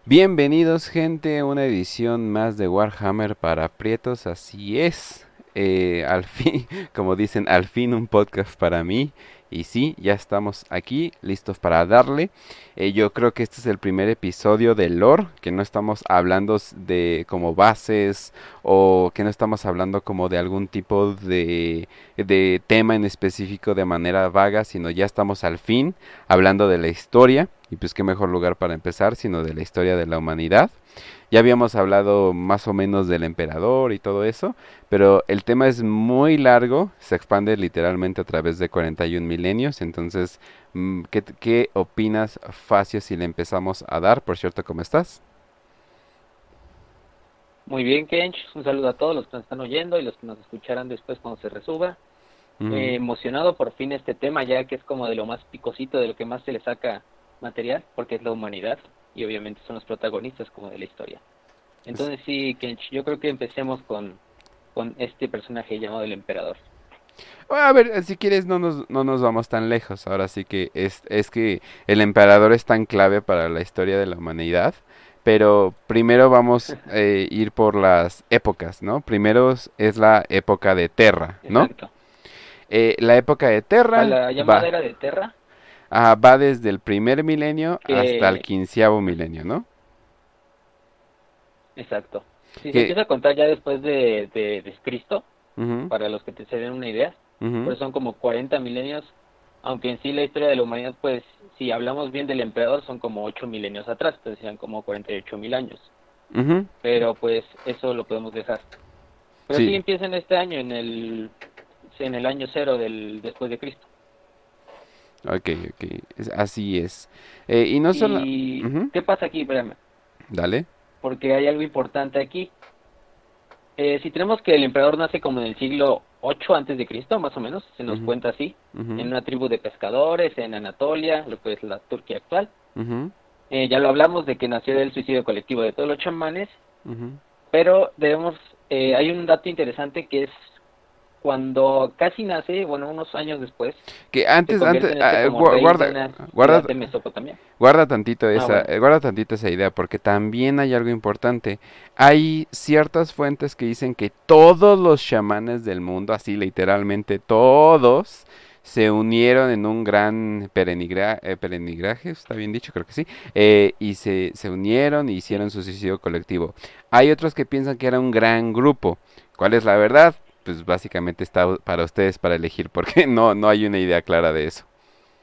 Bienvenidos, gente, a una edición más de Warhammer para Prietos. Así es, al fin, como dicen, al fin un podcast para mí. Y sí, ya estamos aquí, listos para darle. Yo creo que este es el primer episodio de lore, que no estamos hablando de como bases o que no estamos hablando como de algún tipo de tema en específico de manera vaga, sino ya estamos al fin hablando de la historia. Y pues qué mejor lugar para empezar sino de la historia de la humanidad. Ya habíamos hablado más o menos del emperador y todo eso, pero el tema es muy largo, se expande literalmente a través de 41 milenios, entonces, ¿qué opinas, Facio, si le empezamos a dar? Por cierto, ¿cómo estás? Muy bien, Kench. Un saludo a todos los que nos están oyendo y los que nos escucharán después cuando se resuba. Ujú. Emocionado por fin este tema, ya que es como de lo más picosito, de lo que más se le saca material, porque es la humanidad y obviamente son los protagonistas como de la historia. Es- Entonces sí, Kench, yo creo que empecemos con este personaje llamado el Emperador. A ver, si quieres no nos vamos tan lejos, ahora sí que es que el emperador es tan clave para la historia de la humanidad. Pero primero vamos a ir por las épocas, ¿no? Primero es la época de Terra, ¿no? Exacto. La época de A Terra la llamada va, era de Terra, va desde el primer milenio hasta el que... quinceavo milenio, ¿no? Exacto. Si se Que, empieza a contar ya después de Cristo, ujú, para los que se den una idea, ujú, pues son como 40 milenios, aunque en sí la historia de la humanidad, pues si hablamos bien del emperador, son como 8 milenios atrás, entonces serían como 48.000 años, ujú, pero pues eso lo podemos dejar. Pero sí sí, empieza en este año, en el año cero del después de Cristo. ok, ok, así es. Y no solo, ¿Y ujú, qué pasa aquí? Espérame, dale, porque hay algo importante aquí. Si tenemos que el emperador nace como en el siglo 8 antes de Cristo, más o menos, se nos ujú, cuenta así, ujú, en una tribu de pescadores en Anatolia, lo que es la Turquía actual. ujú, Ya lo hablamos de que nació del suicidio colectivo de todos los chamanes, ujú. pero hay un dato interesante que es cuando casi nace, bueno, unos años después, Que se antes, convierte en como rey de guarda, una ciudad guarda, de Mesopotamia. Ah, bueno, guarda tantito esa idea, porque también hay algo importante. Hay ciertas fuentes que dicen que todos los chamanes del mundo, así literalmente todos, se unieron en un gran perenigraje, está bien dicho, creo que sí, y se unieron y sí, hicieron su suicidio colectivo. Hay otros que piensan que era un gran grupo. ¿Cuál es la verdad? Pues básicamente está para ustedes para elegir, porque no hay una idea clara de eso.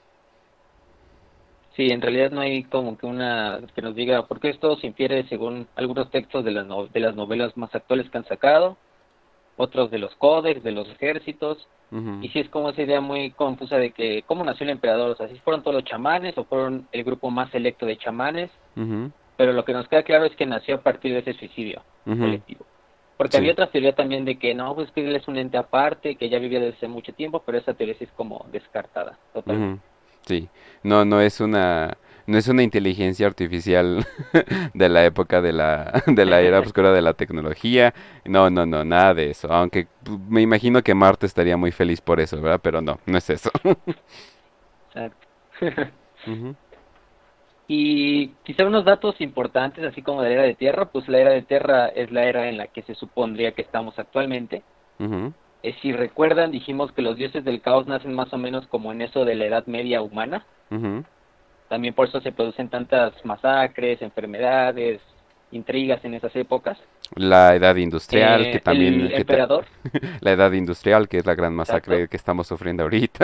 sí, en realidad no hay como que una que nos diga, porque esto se infiere según algunos textos de las novelas más actuales que han sacado, otros de los códex, de los ejércitos, Ujú, y sí es como esa idea muy confusa de que cómo nació el emperador, o sea, si fueron todos los chamanes o fueron el grupo más selecto de chamanes, ujú, pero lo que nos queda claro es que nació a partir de ese suicidio ujú, colectivo. Porque había sí, otra teoría también de que no, pues que él es un ente aparte, que ya vivía desde hace mucho tiempo, pero esa teoría sí es como descartada ujú, totalmente. sí. No es una inteligencia artificial de la época de la era oscura de la tecnología. No, nada de eso. Aunque me imagino que Marte estaría muy feliz por eso, ¿verdad? Pero no es eso. Exacto. Ujú, Y quizá unos datos importantes, así como de la era de tierra, pues la era de tierra es la era en la que se supondría que estamos actualmente. ujú, Si recuerdan, dijimos que los dioses del caos nacen más o menos como en eso de la Edad Media humana. ujú. También por eso se producen tantas masacres, enfermedades, intrigas en esas épocas. La edad industrial, que El también, emperador, la edad industrial, que es la gran masacre exacto. que estamos sufriendo ahorita.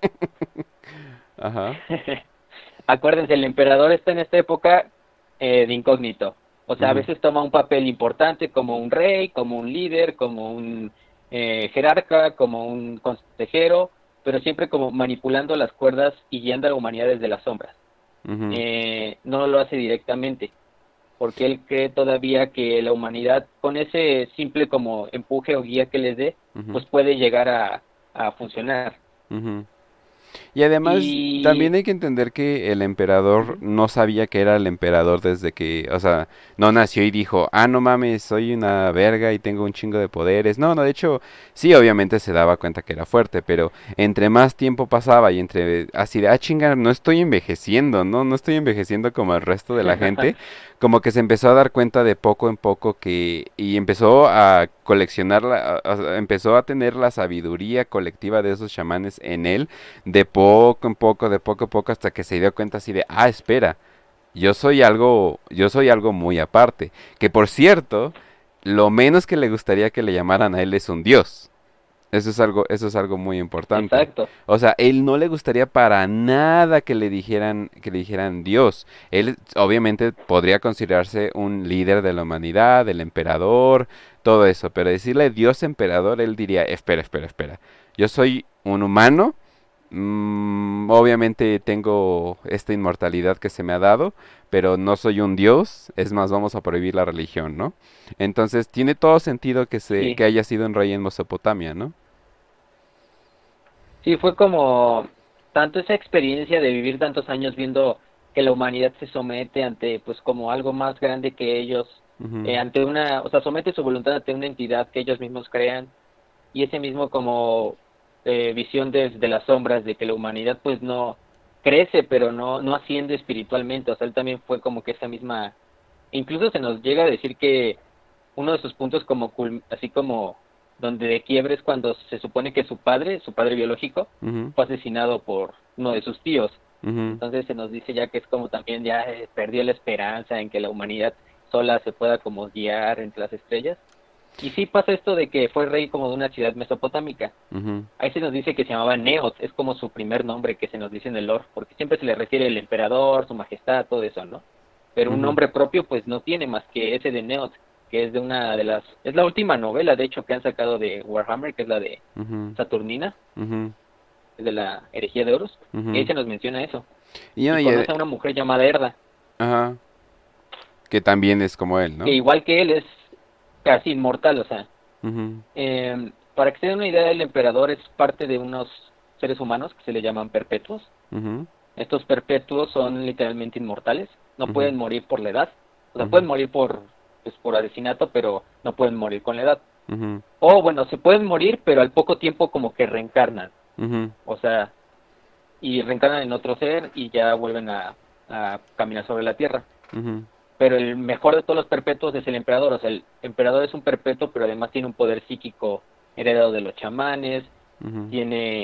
Ajá. Acuérdense, el emperador está en esta época de incógnito. O sea, a Ujú, veces toma un papel importante como un rey, como un líder, como un jerarca, como un consejero, pero siempre como manipulando las cuerdas y guiando a la humanidad desde las sombras. ujú, No lo hace directamente, porque él cree todavía que la humanidad, con ese simple como empuje o guía que les dé, ujú, pues puede llegar a funcionar. ujú. Y además, también Y... hay que entender que el emperador Ujú, no sabía que era el emperador desde que, o sea, no nació y dijo, no mames, soy una verga y tengo un chingo de poderes. No, de hecho, sí, obviamente se daba cuenta que era fuerte, pero entre más tiempo pasaba y así de, chinga, no estoy envejeciendo, no estoy envejeciendo como el resto de la gente, como que se empezó a dar cuenta de poco en poco y empezó a coleccionar, empezó a tener la sabiduría colectiva de esos chamanes en él, de poco en poco, de poco a poco, hasta que se dio cuenta así de, ah, espera, yo soy algo muy aparte. Que por cierto, lo menos que le gustaría que le llamaran a él es un dios. Eso es algo muy importante. Exacto. O sea, él no le gustaría para nada que le dijeran Dios. Él obviamente podría considerarse un líder de la humanidad, el emperador, todo eso, pero decirle Dios emperador, él diría, espera, espera, espera. Yo soy un humano, obviamente tengo esta inmortalidad que se me ha dado, pero no soy un dios, es más, vamos a prohibir la religión, ¿no? Entonces, tiene todo sentido Sí, que haya sido un rey en Mesopotamia, ¿no? sí, fue como tanto esa experiencia de vivir tantos años viendo que la humanidad se somete ante, pues, como algo más grande que ellos, Ujú, ante una, o sea, somete su voluntad ante una entidad que ellos mismos crean, y ese mismo como visión desde las sombras de que la humanidad, pues, no crece, pero no asciende espiritualmente, o sea, él también fue como que esa misma, incluso se nos llega a decir que uno de sus puntos como así como donde de quiebre es cuando se supone que su padre biológico, ujú, fue asesinado por uno de sus tíos. ujú, Entonces se nos dice ya que es como también ya perdió la esperanza en que la humanidad sola se pueda como guiar entre las estrellas. Y sí pasa esto de que fue rey como de una ciudad mesopotámica. ujú, Ahí se nos dice que se llamaba Neot, es como su primer nombre que se nos dice en el lore, porque siempre se le refiere el emperador, su majestad, todo eso, ¿no? Pero un ujú, nombre propio pues no tiene más que ese de Neot, que es de una de las, es la última novela de hecho que han sacado de Warhammer, que es la de ujú, Saturnina, ujú, es de la herejía de Horus, y ahí ujú. se nos menciona eso. Y, no, Y conoce a una mujer llamada Erda, ajá, que también es como él, que ¿no? igual que él es casi inmortal, o sea, Ujú, para que se den una idea, el emperador es parte de unos seres humanos que se le llaman perpetuos. ujú, Estos perpetuos son literalmente inmortales, no ujú, pueden morir por la edad, o sea, ujú, pueden morir por, pues, por asesinato, pero no pueden morir con la edad. ujú, O bueno, se pueden morir, pero al poco tiempo como que reencarnan, ujú, o sea, y reencarnan en otro ser y ya vuelven a caminar sobre la tierra. ujú, Pero el mejor de todos los perpetuos es el emperador, o sea, el emperador es un perpetuo, pero además tiene un poder psíquico heredado de los chamanes, ujú,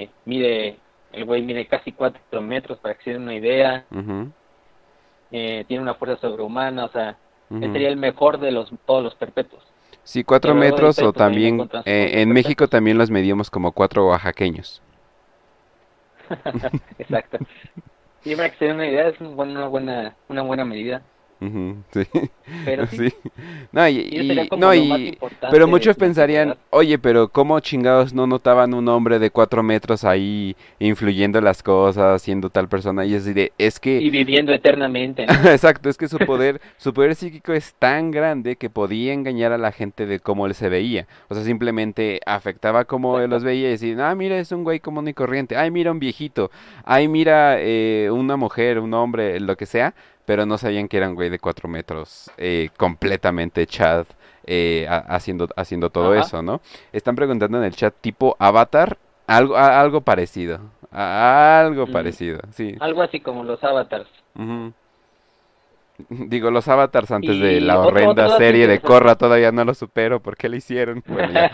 el güey mide casi 4 metros, para que se den una idea, ujú, tiene una fuerza sobrehumana, o sea, él ujú. sería el mejor de todos los perpetuos. Sí, Y a cuatro lo largo de la metros historia, o pues también también encuentran sus otros en México perpetuos. también los medíamos como cuatro oaxaqueños. Exacto. Y para que se den una idea, es una buena medida. Ujú, sí, Pero sí, sí. No, y eso sería como no, lo más pero importante muchos de la pensarían, antigüedad. oye, pero ¿cómo chingados no notaban un hombre de 4 metros ahí influyendo las cosas, siendo tal persona? Y es así de, es que, Y viviendo eternamente, ¿no? exacto, es que su poder psíquico es tan grande que podía engañar a la gente de cómo él se veía. O sea, simplemente afectaba cómo él los Exacto. veía y decir, ah, mira, es un güey común y corriente, ay, mira, un viejito, ay, mira, una mujer, un hombre, lo que sea, pero no sabían que era un güey de 4 metros, completamente Chad, haciendo todo Ajá. eso, ¿no? Están preguntando en el chat tipo Avatar, algo parecido, algo Mm, parecido, sí. algo así como los avatars. Ujú. Digo, los avatars antes de Y la otro horrenda dato serie de Korra interesante. todavía no lo supero. ¿Por qué lo hicieron? Bueno, ya.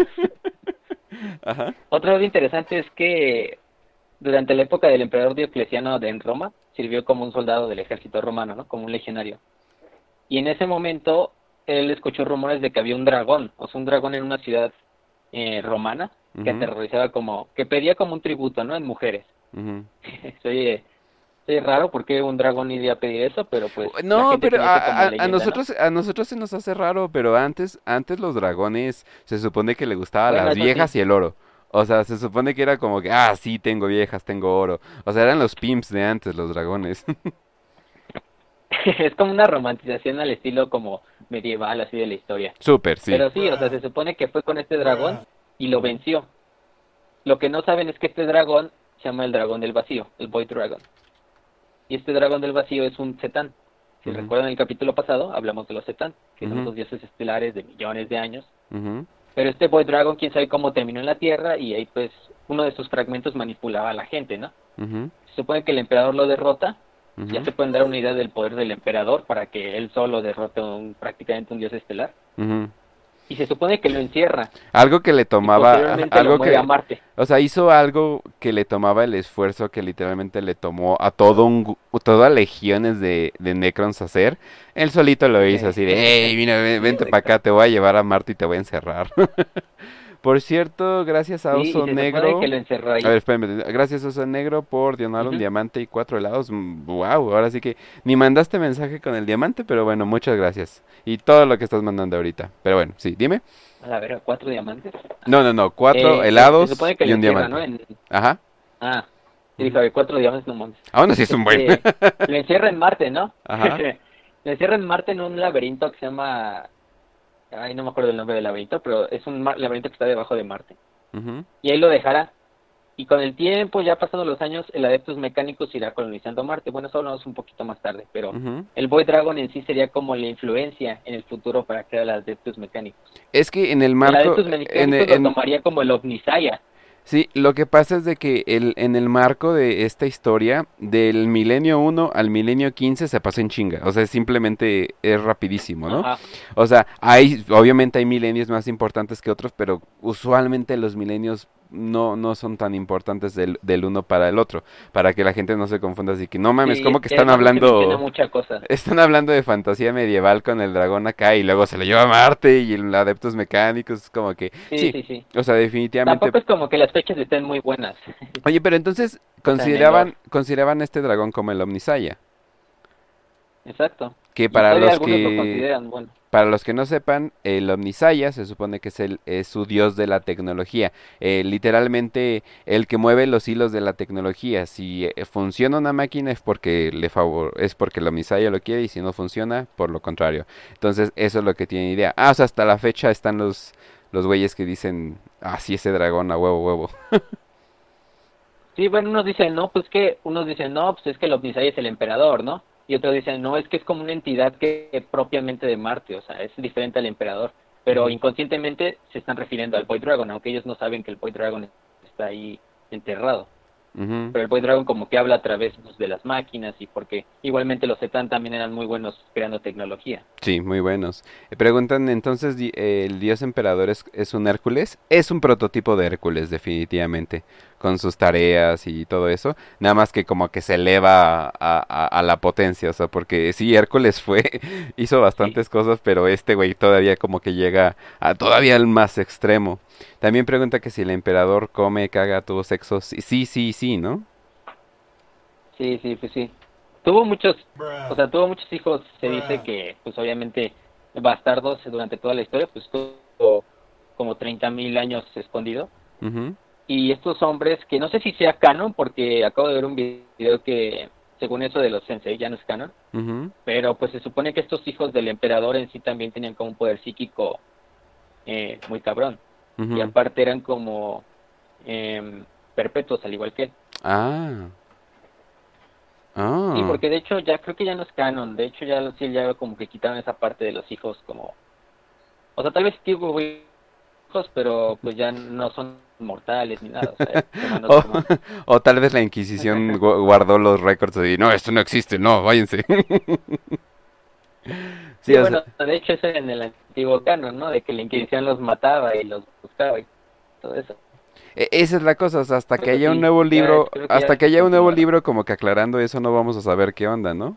Ajá. Otro dato interesante es que durante la época del emperador Diocleciano en Roma, sirvió como un soldado del ejército romano, ¿no? Como un legionario. Y en ese momento, él escuchó rumores de que había un dragón, o sea, un dragón en una ciudad romana, que Ujú, aterrorizaba como, que pedía como un tributo, ¿no? En mujeres. ujú. Soy, soy raro porque un dragón iría a pedir eso, pero pues la No, gente pero tenía esa como leyenda, ¿no? a nosotros se nos hace raro, pero antes los dragones se supone que le gustaban Bueno, las eso sí. viejas y el oro. O sea, se supone que era como que, ah, sí, tengo viejas, tengo oro. O sea, eran los pimps de antes, los dragones. Es como una romantización al estilo como medieval, así de la historia. Súper, sí. Pero sí, o sea, se supone que fue con este dragón y lo venció. Lo que no saben es que este dragón se llama el dragón del vacío, el Void Dragon. Y este dragón del vacío es un Zetán. Si Ujú, recuerdan el capítulo pasado, hablamos de los Zetán, que son ujú, esos dioses estelares de millones de años. ujú, Pero este Void Dragon, quién sabe cómo terminó en la Tierra y ahí pues uno de sus fragmentos manipulaba a la gente, ¿no? ujú, Se supone que el emperador lo derrota ya Ujú, se pueden dar una idea del poder del emperador para que él solo derrote prácticamente un dios estelar. ujú. Y se supone que lo encierra Algo que le y tomaba, posteriormente lo algo mueve a que, Marte. o sea, hizo algo que le tomaba el esfuerzo que literalmente le tomó a todas legiones de Necrons hacer. Él solito lo hizo así de, hey, mira, vente para Exacto. acá, te voy a llevar a Marte y te voy a encerrar. Por cierto, gracias a Sí, y Oso se supone que Negro. lo encerró A ver, ahí. espérame. Gracias Oso Negro por donar un Ujú. diamante y 4 helados. Wow, ahora sí que ni mandaste mensaje con el diamante, pero bueno, muchas gracias. Y todo lo que estás mandando ahorita. Pero bueno, sí, dime. A ver, 4 diamantes. No, no, no, cuatro Se helados supone que y lo un encierra, ¿no? diamante. Ajá. Ah, y dijo, Ujú. a ver, 4 diamantes, no mames. Aún así es un buen. Este, lo encierra en Marte, ¿no? Ajá. Lo encierra en Marte en un laberinto que se llama, ay, no me acuerdo el nombre del laberinto, pero es un laberinto que está debajo de Marte. Ujú, Y ahí lo dejará. Y con el tiempo, ya pasando los años, el Adeptus Mechanicus irá colonizando Marte. Bueno, eso hablamos un poquito más tarde, pero ujú. el Void Dragon en sí sería como la influencia en el futuro para crear el Adeptus Mechanicus. Es que en el El marco, Adeptus Mechanicus lo tomaría como el Omnisaya. sí, lo que pasa es de que en el marco de esta historia, del milenio 1 al milenio 15 se pasa en chinga. O sea, simplemente es rapidísimo, ¿no? Ajá. O sea, obviamente hay milenios más importantes que otros, pero usualmente los milenios no son tan importantes del uno para el otro. Para que la gente no se confunda así que, no mames, Sí, ¿cómo es que que están además no se menciona hablando? mucha cosa. Están hablando de fantasía medieval con el dragón acá y luego se lo lleva a Marte y el adeptos mecánicos, es como que, Sí, sí, sí, sí. o sea, definitivamente. Tampoco es como que las fechas estén muy buenas. Oye, pero entonces O sea, en el lore. consideraban este dragón como el Omnisaya, Exacto. que Y todavía algunos lo consideran bueno. para los que no sepan, el Omnisaya se supone que es su dios de la tecnología, literalmente el que mueve los hilos de la tecnología. Si funciona una máquina es porque el Omnisaya lo quiere y si no funciona, por lo contrario. Entonces, eso es lo que tiene idea. Ah, o sea, hasta la fecha están los güeyes que dicen, ah, sí, ese dragón a huevo, huevo. Sí, bueno, unos dicen, no, pues es que el Omnisai es el emperador, ¿no? Y otros dicen, no, es que es como una entidad que propiamente de Marte, o sea, es diferente al emperador. Pero Ujú, inconscientemente se están refiriendo al Void Dragon, aunque ellos no saben que el Void Dragon está ahí enterrado. ujú. Pero el Void Dragon como que habla a través pues, de las máquinas y porque igualmente los Zetan también eran muy buenos creando tecnología. Sí, muy buenos. Preguntan entonces, ¿el dios emperador es un Hércules? Es un prototipo de Hércules, definitivamente, con sus tareas y todo eso. Nada más que como que se eleva a la potencia, o sea, porque sí, Hércules hizo Sí. bastantes cosas, pero este güey todavía como que llega a todavía al más extremo. También pregunta que si el emperador come, caga, tuvo sexo. Sí, sí, sí, sí, ¿no? Sí, sí, pues sí. Tuvo muchos, o sea, tuvo muchos hijos, se dice que, pues obviamente, bastardos durante toda la historia, pues tuvo como 30.000 años escondido. Ujú, Y estos hombres, que no sé si sea canon, porque acabo de ver un video que, según eso de los sensei, ya no es canon, ujú, pero pues se supone que estos hijos del emperador en sí también tenían como un poder psíquico muy cabrón. Y ujú. aparte eran como perpetuos, al igual que él. Ah, Sí, ah. porque de hecho ya creo que ya no es canon, de hecho ya sí ya como que quitaron esa parte de los hijos como, o sea, tal vez sí hubo hijos, pero pues ya no son mortales ni nada, o sea, toman O, otro nombre. o tal vez la Inquisición guardó los récords y no, esto no existe, no, váyanse. Sí, Sí, o sea, bueno, de hecho eso en el antiguo canon, ¿no? De que la Inquisición los mataba y los buscaba y todo eso. esa es la cosa, o sea, hasta que Pero haya un sí, nuevo ya libro, creo que ya hasta que haya un nuevo descontinuaron. libro como que aclarando eso, no vamos a saber qué onda, ¿no?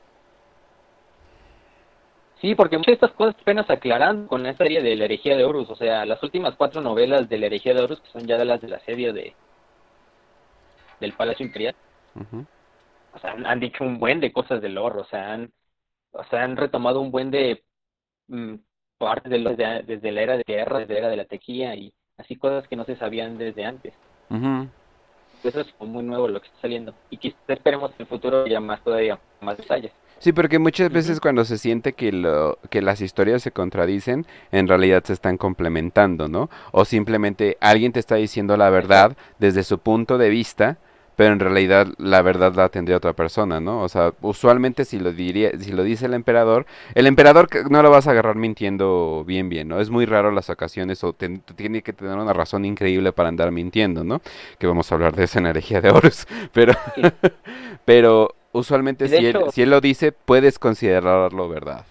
Sí, porque muchas de estas cosas apenas aclarando con la serie de la herejía de Horus, o sea, las últimas 4 novelas de la herejía de Horus, que son ya de las del asedio del Palacio Imperial, Ujú, o sea, han dicho un buen de cosas del lore, o sea, han retomado un buen de mm, partes desde la era de tierra, desde la era de la tequía y así cosas que no se sabían desde antes. ujú. Eso es como muy nuevo lo que está saliendo y quizás esperemos en el futuro haya más todavía más detalles. Sí, porque muchas Ujú. veces cuando se siente que las historias se contradicen, en realidad se están complementando, ¿no? O simplemente alguien te está diciendo la verdad Exacto. desde su punto de vista, pero en realidad la verdad la tendría otra persona, ¿no? O sea, usualmente si lo dice el emperador no lo vas a agarrar mintiendo bien bien, ¿no? Es muy raro las ocasiones o tiene que tener una razón increíble para andar mintiendo, ¿no? Que vamos a hablar de esa energía de Horus, pero Sí. pero usualmente Y de si hecho, él lo dice, puedes considerarlo verdad.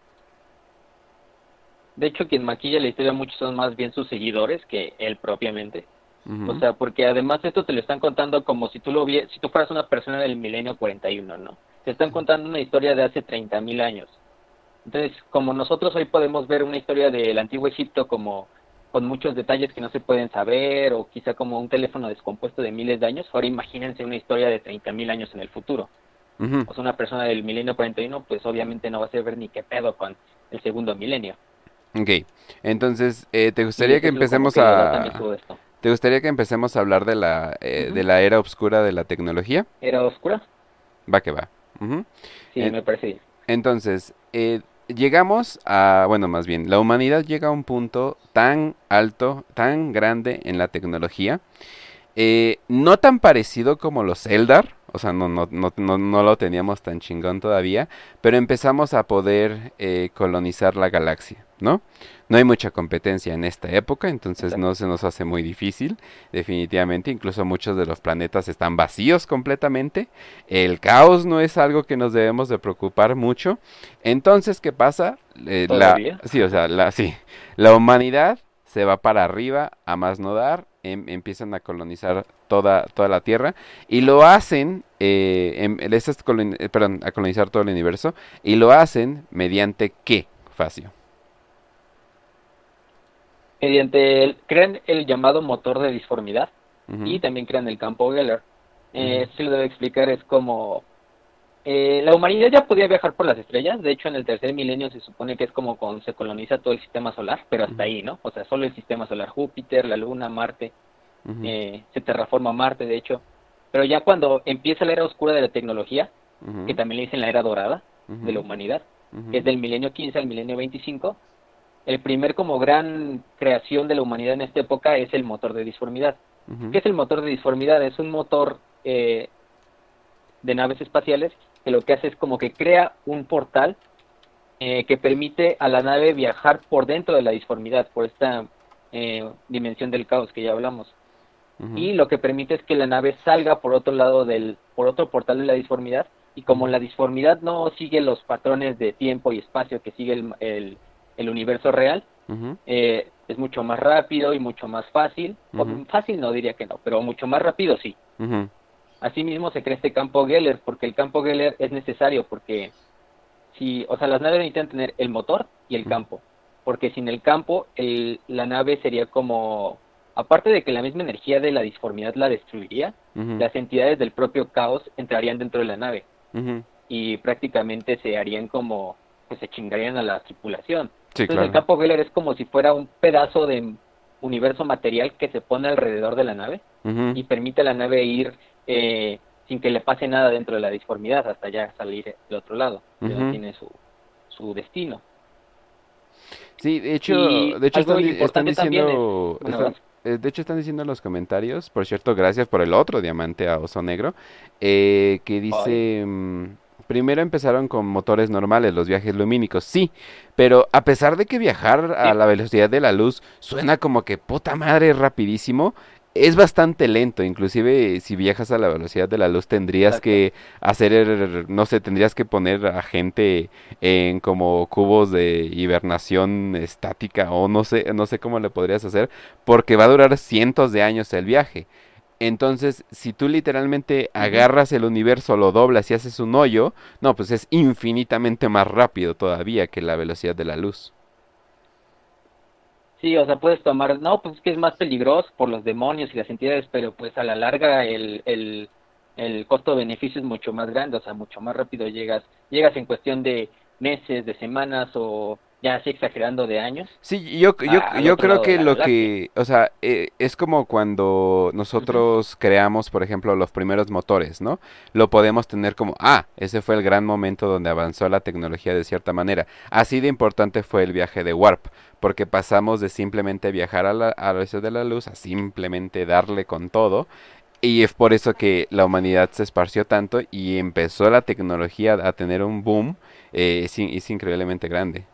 quien maquilla la historia mucho son más bien sus seguidores que él propiamente. O Ujú, sea, porque además esto te lo están contando como si tú si tú fueras una persona del milenio 41, ¿no? Te están contando una historia de hace 30.000 años. Entonces, como nosotros hoy podemos ver una historia del antiguo Egipto como con muchos detalles que no se pueden saber, o quizá como un teléfono descompuesto de miles de años, ahora imagínense una historia de 30.000 años en el futuro. ujú. O sea, una persona del milenio 41, pues obviamente no va a saber ni qué pedo con el segundo milenio. Ok, entonces, Y eso es lo como que le da también todo esto. ¿te gustaría que empecemos a hablar de Ujú. la era oscura de la tecnología? ¿Era oscura? Va que va. Ujú. Sí, me parece bien. Entonces, llegamos a, bueno, más bien, la humanidad llega a un punto tan alto, tan grande en la tecnología, no tan parecido como los Eldar, o sea, no lo teníamos tan chingón todavía, pero empezamos a poder colonizar la galaxia, ¿no? No hay mucha competencia en esta época, entonces no Exacto. se nos hace muy difícil, definitivamente, incluso muchos de los planetas están vacíos completamente, el caos no es algo que nos debemos de preocupar mucho, entonces, ¿qué pasa? Todavía. Sí, o sea, sí, la humanidad se va para arriba a más no dar, empiezan a colonizar toda la Tierra y lo hacen, perdón, a colonizar todo el universo y lo hacen mediante ¿qué, Facio? Crean el llamado motor de disformidad y Ujú, también crean el campo Geller. ujú, Esto se lo debo explicar, es como la humanidad ya podía viajar por las estrellas. De hecho, en el tercer milenio se supone que es como cuando se coloniza todo el sistema solar, pero hasta ujú, ahí, ¿no? O sea, solo el sistema solar, Júpiter, la Luna, Marte, ujú, se terraforma Marte, de hecho. Pero ya cuando empieza la era oscura de la tecnología, que ujú, también le dicen la era dorada de la ujú, humanidad, que es ujú, del milenio 15 al milenio 25, el primer como gran creación de la humanidad en esta época es el motor de disformidad. ¿Qué ujú, es el motor de disformidad? Es un motor de naves espaciales que lo que hace es como que crea un portal que permite a la nave viajar por dentro de la disformidad, por esta dimensión del caos que ya hablamos. ujú, Y lo que permite es que la nave salga por otro lado por otro portal de la disformidad, y como ujú, la disformidad no sigue los patrones de tiempo y espacio que sigue el universo real, ujú, es mucho más rápido y mucho más fácil. O, ujú, fácil no diría que no, pero mucho más rápido sí. ujú, Asimismo se crea este campo Geller, porque el campo Geller es necesario, porque si, o sea, las naves necesitan tener el motor y el ujú, campo, porque sin el campo la nave sería como, aparte de que la misma energía de la disformidad la destruiría, ujú, las entidades del propio caos entrarían dentro de la nave ujú. y prácticamente se harían como, pues se chingarían a la tripulación. Sí, Entonces el claro. campo Geller es como si fuera un pedazo de universo material que se pone alrededor de la nave Ujú, y permite a la nave ir sin que le pase nada dentro de la disformidad hasta ya salir del otro lado, de donde ujú. tiene su destino. Sí, Y de hecho algo están importante también es, diciendo, bueno, vas. de hecho están diciendo en los comentarios, por cierto, gracias por el otro diamante a Oso Negro, que Ay, dice, primero empezaron con motores normales, los viajes lumínicos, sí, pero a pesar de que viajar a sí, la velocidad de la luz suena como que puta madre rapidísimo, es bastante lento, inclusive si viajas a la velocidad de la luz tendrías exacto. que no sé, tendrías que poner a gente en como cubos de hibernación estática o no sé cómo le podrías hacer, porque va a durar cientos de años el viaje. Entonces, si tú literalmente Ujú. agarras el universo, lo doblas y haces un hoyo, no, pues es infinitamente más rápido todavía que la velocidad de la luz. Sí, o sea, puedes tomar, no, pues es que es más peligroso por los demonios y las entidades, pero pues a la larga el costo-beneficio es mucho más grande, o sea, mucho más rápido llegas en cuestión de meses, de semanas o ya así exagerando de años Sí, al yo otro creo lado de que la lo galaxia. que, o sea, es como cuando Ujú. nosotros creamos, por ejemplo, los primeros motores, ¿no? Lo podemos tener como, ah, ese fue el gran momento donde avanzó la tecnología de cierta manera. Así de importante fue el viaje de Warp, porque pasamos de simplemente viajar a la velocidad de la luz a simplemente darle con todo. Y es por eso que la humanidad se esparció tanto y empezó la tecnología a tener un boom, es increíblemente grande.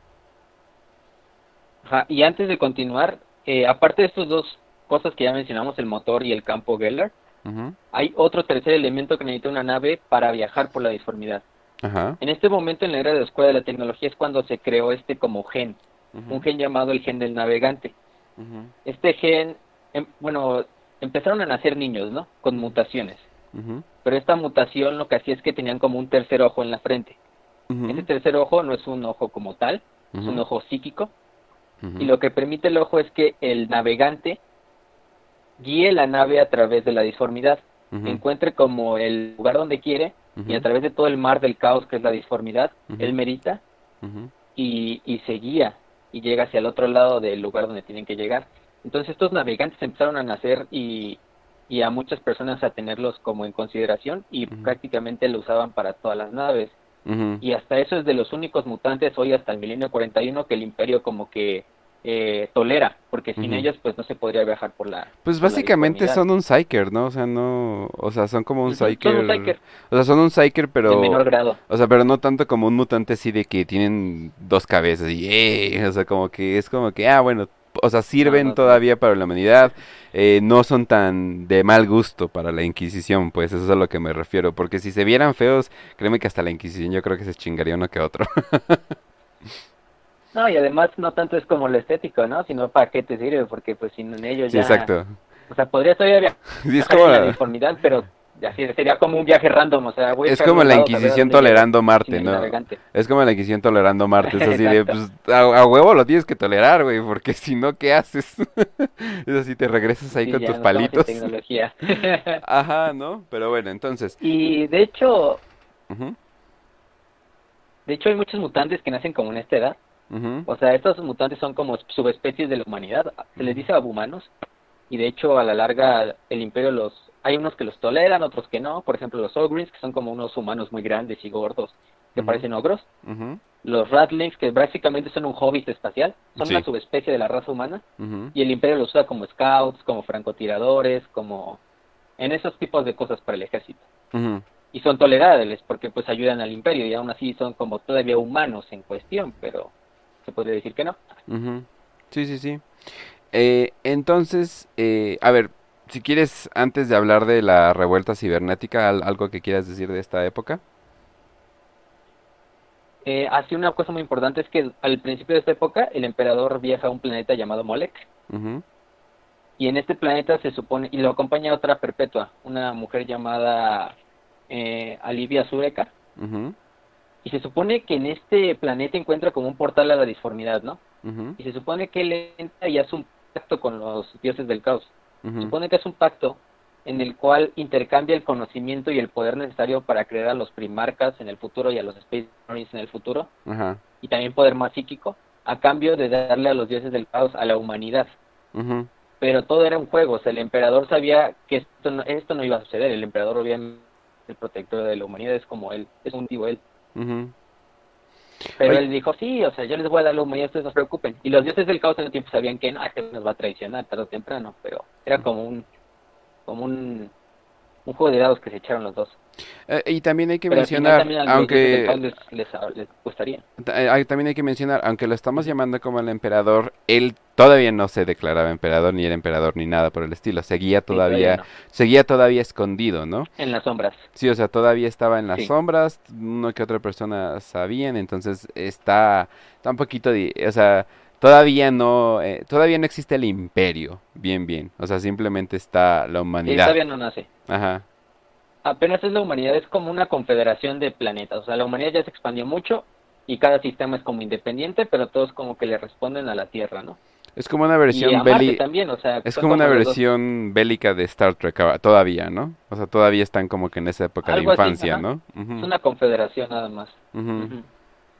Ajá, y antes de continuar, aparte de estas dos cosas que ya mencionamos, el motor y el campo Geller, Ujú. hay otro tercer elemento que necesita una nave para viajar por la disformidad. Ajá. En este momento en la era de la escuela de la tecnología es cuando se creó este como gen, un Ujú. gen llamado el gen del navegante. Ujú. Este gen, bueno, empezaron a nacer niños, ¿no? Con mutaciones. Ujú. Pero esta mutación lo que hacía es que tenían como un tercer ojo en la frente. Ese Ujú. tercer ojo no es un ojo como tal, es un Ujú. ojo psíquico. Y Ujú. lo que permite el ojo es que el navegante guíe la nave a través de la disformidad, Ujú. encuentre como el lugar donde quiere y a Ujú. través de todo el mar del caos que es la disformidad, él Ujú. medita Ujú. y se guía y llega hacia el otro lado del lugar donde tienen que llegar. Entonces estos navegantes empezaron a nacer y a muchas personas a tenerlos como en consideración y Ujú. prácticamente lo usaban para todas las naves. Ujú. Y hasta eso es de los únicos mutantes hoy hasta el milenio 41 que el imperio como que tolera, porque sin Ujú. ellos pues no se podría viajar Pues por la básicamente disformidad. son un psyker, ¿no? O sea, no, o sea, son como un Ujú, son un psyker, psyker o sea, son un psyker, de pero, menor grado. o sea, pero no tanto como un mutante así de que tienen dos cabezas y, o sea, como que es como que, ah, bueno, o sea, No, sirven no, no. todavía para la humanidad, no son tan de mal gusto para la Inquisición, pues eso es a lo que me refiero, porque si se vieran feos, créeme que hasta la Inquisición yo creo que se chingaría uno que otro. No, y además no tanto es como lo estético, ¿no? Sino para qué te sirve, porque pues sin ellos Sí, ya, exacto. o sea, podría todavía Sí, viajar en la disformidad, pero así sería como un viaje random, o sea, voy a es echar como los la lados a ver a Inquisición dónde llego tolerando sin Marte, el ¿no? navegante. Es como la Inquisición tolerando Marte, es así de, Exacto. pues, a huevo lo tienes que tolerar, güey, porque si no, ¿qué haces? Es así, te regresas ahí Sí, con tus ya no estamos sin palitos. tecnología. Ajá, ¿no? Pero bueno, entonces, Y ujú, de hecho hay muchos mutantes que nacen como en esta edad. ujú, O sea, estos mutantes son como subespecies de la humanidad. Se les ujú, dice abhumanos. Y de hecho, a la larga, el imperio hay unos que los toleran, otros que no. Por ejemplo, los Ogrins, que son como unos humanos muy grandes y gordos, que ujú, parecen ogros. ujú, Los Ratlings, que básicamente son un hobbit espacial, son una sí, subespecie de la raza humana. ujú, Y el imperio los usa como scouts, como francotiradores, como en esos tipos de cosas para el ejército. ujú, Y son tolerables porque pues ayudan al imperio y aún así son como todavía humanos en cuestión, pero se podría decir que no. ujú. Sí, sí, sí. Entonces, a ver, si quieres, antes de hablar de la revuelta cibernética, algo que quieras decir de esta época. Así una cosa muy importante es que al principio de esta época el emperador viaja a un planeta llamado Molech Ujú, y en este planeta se supone, y lo acompaña otra perpetua, una mujer llamada Alivia Sureka, ujú, y se supone que en este planeta encuentra como un portal a la disformidad, ¿no? ujú, Y se supone que él entra y hace un pacto con los dioses del caos. Se ujú. supone que es un pacto en el cual intercambia el conocimiento y el poder necesario para crear a los primarcas en el futuro y a los Space Marines en el futuro, Ajá. y también poder más psíquico, a cambio de darle a los dioses del caos a la humanidad. Ujú. Pero todo era un juego, o sea, el emperador sabía que esto no iba a suceder, el emperador obviamente el protector de la humanidad es como él, es un tío él. Ujú. Pero Oye, él dijo, sí, o sea, yo les voy a dar la humanidad, ustedes no se preocupen. Y los dioses del caos en el tiempo sabían que no, este nos va a traicionar tarde o temprano, pero era como un juego de dados que se echaron los dos. y también hay que Pero al final mencionar, también a los dioses del aunque caos les gustaría. también hay que mencionar, aunque lo estamos Ujú. llamando como el emperador, él todavía no se declaraba emperador, ni era emperador, ni nada por el estilo. Sí, todavía no. Seguía todavía escondido, ¿no? En las sombras, Sí, o sea, todavía estaba en las sí. sombras, uno que otra persona sabían, entonces está un poquito, o sea, todavía no existe el imperio, bien, bien. O sea, simplemente está la Sí, humanidad. todavía no nace. Ajá. Apenas es la humanidad, es como una confederación de planetas. O sea, la humanidad ya se expandió mucho y cada sistema es como independiente, pero todos como que le responden a la Tierra, ¿no? Es como una Y versión a Marte también, o sea, es son como una como los dos. versión bélica de Star Trek todavía, ¿no? O sea, todavía están como que en esa época de Algo así, infancia, ajá. ¿no? Es Ujú, una confederación nada más. ujú, Ujú.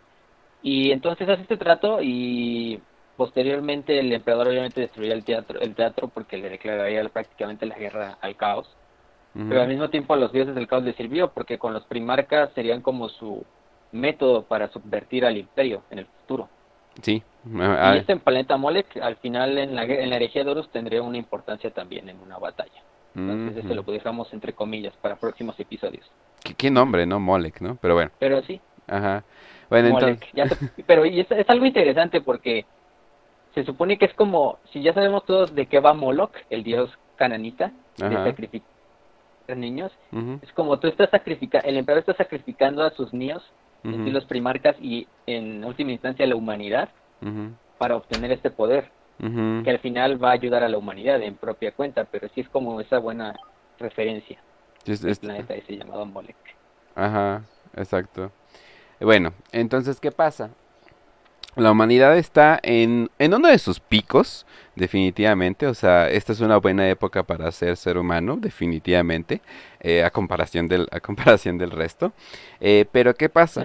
Y entonces hace este trato y posteriormente el emperador obviamente destruirá el teatro porque le declararía prácticamente la guerra al caos. Pero al ujú. mismo tiempo a los dioses del caos les sirvió porque con los primarcas serían como su método para subvertir al imperio en el futuro. Sí. Y este planeta Molech al final en la herejía de Horus tendría una importancia también en una batalla. Entonces eso Ujú. lo dejamos entre comillas para próximos episodios. ¿Qué Ujú. nombre, ¿no? Molek, ¿no? Pero bueno. Pero sí, Ajá. Bueno, entonces. Molech. Pero y es algo interesante porque se supone que es como, si ya sabemos todos de qué va Moloch, el dios cananita, de Ajá. sacrificio, niños, ujú, es como el emperador está sacrificando a sus niños, en sí ujú, los primarcas y en última instancia a la humanidad ujú, para obtener este poder, ujú. que al final va a ayudar a la humanidad en propia cuenta, pero sí es como esa buena referencia Es- del es- planeta ese llamado Molech. ajá, exacto. Bueno, entonces, ¿qué pasa? La humanidad está en uno de sus picos, definitivamente. O sea, esta es una buena época para ser humano, definitivamente, a comparación del resto. Pero ¿qué pasa?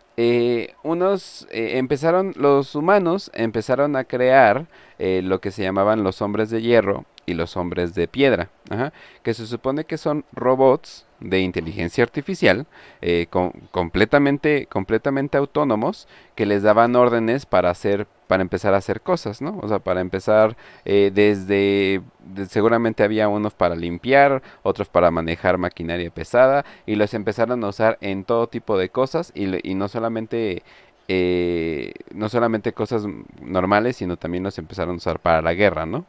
Los humanos empezaron a crear lo que se llamaban los hombres de hierro y los hombres de piedra, ajá, que se supone que son robots de inteligencia artificial, completamente autónomos, que les daban órdenes para empezar a hacer cosas, ¿no? O sea, para empezar seguramente había unos para limpiar, otros para manejar maquinaria pesada, y los empezaron a usar en todo tipo de cosas, y no solamente cosas normales, sino también los empezaron a usar para la guerra, ¿no?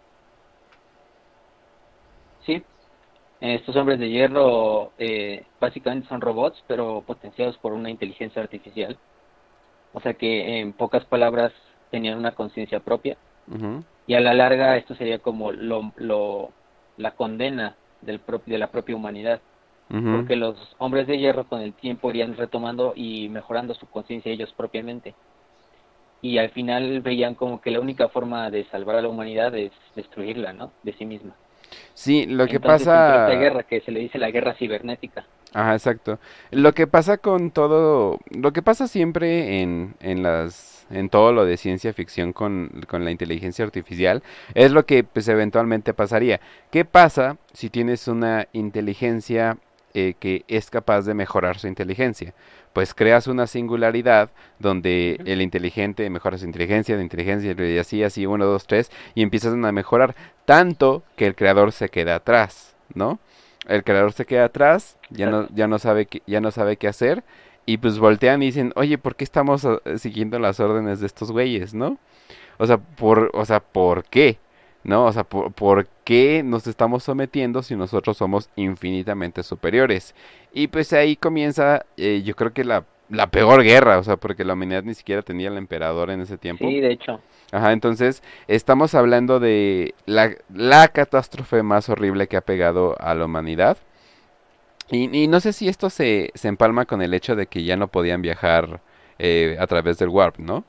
Sí, estos hombres de hierro básicamente son robots, pero potenciados por una inteligencia artificial. O sea que en pocas palabras tenían una conciencia propia Ujú, y a la larga esto sería como la condena de la propia humanidad, ujú. porque los hombres de hierro con el tiempo irían retomando y mejorando su conciencia ellos propiamente. Y al final veían como que la única forma de salvar a la humanidad es destruirla, ¿no? De sí misma. Sí, lo que Entonces entró esta pasa. guerra que se le dice la guerra cibernética. Ajá, exacto. Lo que pasa con todo, lo que pasa siempre en todo lo de ciencia ficción con la inteligencia artificial, es lo que pues eventualmente pasaría. ¿Qué pasa si tienes una inteligencia que es capaz de mejorar su inteligencia? Pues creas una singularidad donde Ujú. el inteligente mejora su inteligencia, de inteligencia, y así, así, uno, dos, tres, y empiezan a mejorar tanto que el creador se queda atrás, ¿no? El creador se queda atrás, Exacto. ya no sabe qué hacer, y pues voltean y dicen, oye, ¿por qué estamos siguiendo las órdenes de estos güeyes, no? O sea, ¿por qué? ¿No? O sea, ¿por qué nos estamos sometiendo si nosotros somos infinitamente superiores? Y pues ahí comienza, yo creo que la peor guerra, o sea, porque la humanidad ni siquiera tenía al emperador en ese tiempo. Sí, de hecho. Ajá, entonces estamos hablando de la catástrofe más horrible que ha pegado a la humanidad. Y no sé si esto se empalma con el hecho de que ya no podían viajar a través del warp, ¿no?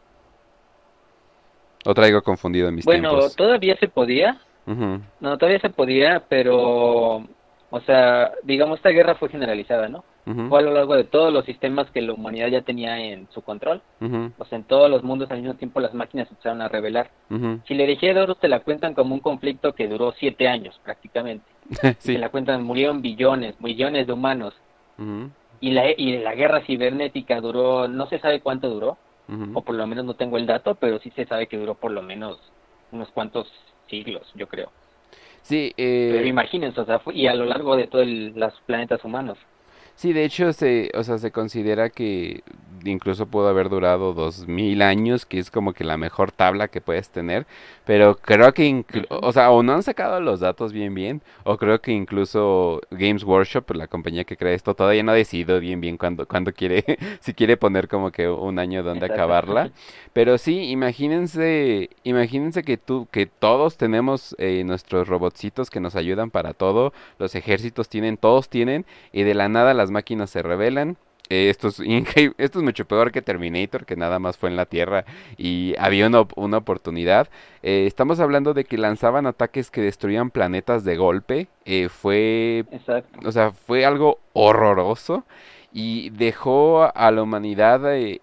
O traigo confundido en mis Bueno, tiempos. todavía se podía, Ujú, no, todavía se podía, pero, o sea, digamos, esta guerra fue generalizada, ¿no? ujú, Fue a lo largo de todos los sistemas que la humanidad ya tenía en su control. ujú, O sea, en todos los mundos al mismo tiempo las máquinas empezaron a rebelar. ujú. Si la herejía de Horus te la cuentan como un conflicto que duró 7 años prácticamente. Y se Sí. la cuentan, murieron billones, millones de humanos. Ujú, Y la guerra cibernética duró, no se sabe cuánto duró, ujú. o por lo menos no tengo el dato, pero sí se sabe que duró por lo menos unos cuantos siglos, yo creo. Sí, Pero imagínense, o sea, y a lo largo de todos los planetas humanos. sí, de hecho, o sea, se considera que incluso pudo haber durado 2000 años, que es como que la mejor tabla que puedes tener, pero creo que, Ujú. o sea, o no han sacado los datos bien, o creo que incluso Games Workshop, la compañía que crea esto, todavía no ha decidido bien cuándo quiere, si quiere poner como que un año donde Exacto. acabarla, pero sí, imagínense que todos tenemos nuestros robotcitos que nos ayudan para todo, los ejércitos tienen, todos tienen, y de la nada las máquinas se rebelan. Esto es mucho peor que Terminator, que nada más fue en la Tierra y había una oportunidad. Estamos hablando de que lanzaban ataques que destruían planetas de golpe. Exacto. O sea, fue algo horroroso y dejó a la humanidad,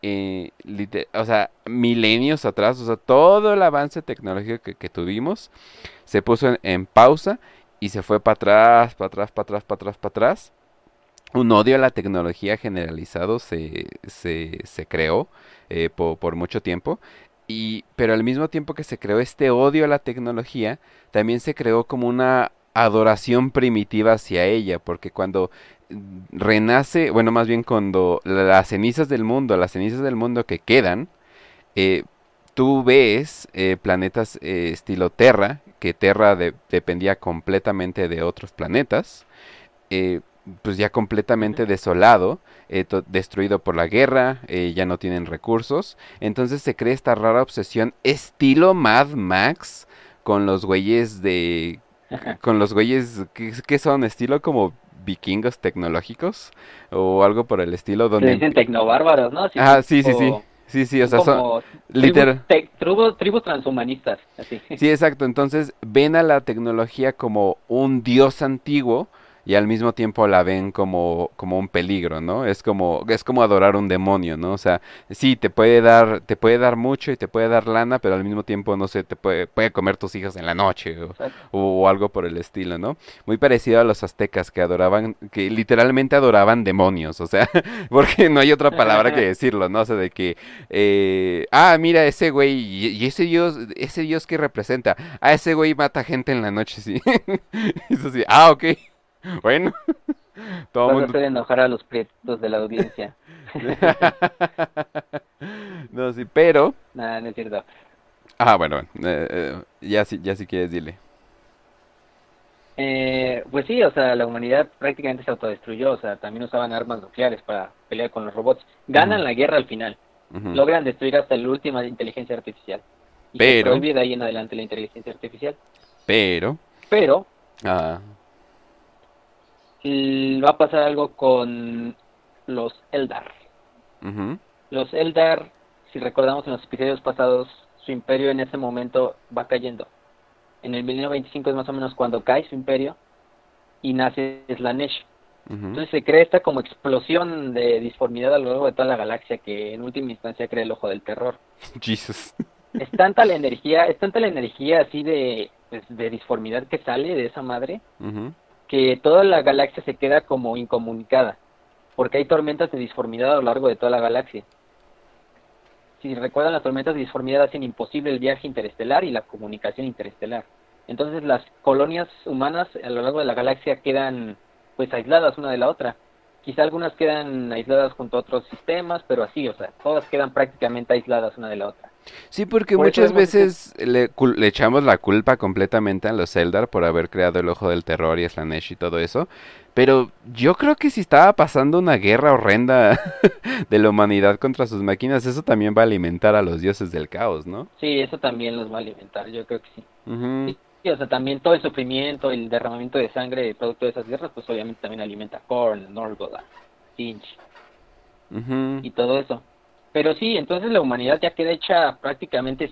o sea, milenios atrás. O sea, todo el avance tecnológico que tuvimos se puso en pausa y se fue para atrás, para atrás, para atrás, para atrás, para atrás. Un odio a la tecnología generalizado se creó por mucho tiempo. Pero al mismo tiempo que se creó este odio a la tecnología, también se creó como una adoración primitiva hacia ella, porque cuando renace, bueno, más bien cuando las cenizas del mundo que quedan, eh, tú ves planetas estilo Terra, que Terra dependía completamente de otros planetas, pues ya Ujú. completamente desolado, destruido por la guerra, ya no tienen recursos. Entonces se crea esta rara obsesión estilo Mad Max con los güeyes de... con los güeyes que son estilo como vikingos tecnológicos o algo por el estilo, Se donde... dicen tecnobárbaros, ¿no? Sí, Ah, sí, sí, sí. tipo, Sí, sí, o son sea, son... como Literal. tribus transhumanistas, así. Sí, exacto. Entonces ven a la tecnología como un dios antiguo y al mismo tiempo la ven como un peligro, ¿no? Es como adorar un demonio, ¿no? O sea, sí, te puede dar mucho y te puede dar lana, pero al mismo tiempo, no sé, puede comer tus hijos en la noche Exacto. o algo por el estilo, ¿no? Muy parecido a los aztecas que adoraban, que literalmente adoraban demonios, o sea, porque no hay otra palabra que decirlo, ¿no? O sea, de que mira ese güey, y ese dios que representa, ese güey mata gente en la noche, sí. Eso sí, ok, bueno, todo Vas a mundo. hacer enojar a los prietos de la audiencia. No, sí, pero, Nada, no es cierto. bueno, ya si quieres, dile. Pues sí, o sea, la humanidad prácticamente se autodestruyó, o sea, también usaban armas nucleares para pelear con los robots. Ujú, Ganan la guerra al final, ujú. logran destruir hasta la última inteligencia artificial y se Pero, prohíbe de ahí en adelante la inteligencia artificial. pero, Pero ah, va a pasar algo con los Eldar. ujú, Los Eldar, si recordamos en los episodios pasados, su imperio en ese momento va cayendo. En el 1025 es más o menos cuando cae su imperio y nace Slanesh. ujú. Entonces se crea esta como explosión de disformidad a lo largo de toda la galaxia que en última instancia crea el ojo del terror. Jesus. Es tanta la energía así de, pues, de disformidad que sale de esa madre, Ujú. que toda la galaxia se queda como incomunicada, porque hay tormentas de disformidad a lo largo de toda la galaxia. Si recuerdan, las tormentas de disformidad hacen imposible el viaje interestelar y la comunicación interestelar. Entonces las colonias humanas a lo largo de la galaxia quedan pues aisladas una de la otra. Quizá algunas quedan aisladas junto a otros sistemas, pero así, o sea, todas quedan prácticamente aisladas una de la otra. Sí, porque Por eso muchas vemos ese... veces le echamos la culpa completamente a los Eldar por haber creado el Ojo del Terror y Slanesh y todo eso. Pero yo creo que si estaba pasando una guerra horrenda de la humanidad contra sus máquinas, eso también va a alimentar a los dioses del caos, ¿no? Sí, eso también los va a alimentar, yo creo que sí. Ujú, Sí, o sea, también todo el sufrimiento, el derramamiento de sangre producto de esas guerras, pues obviamente también alimenta a Korn, Norgol, a Sinch ujú. y todo eso. Pero sí, entonces la humanidad ya queda hecha prácticamente,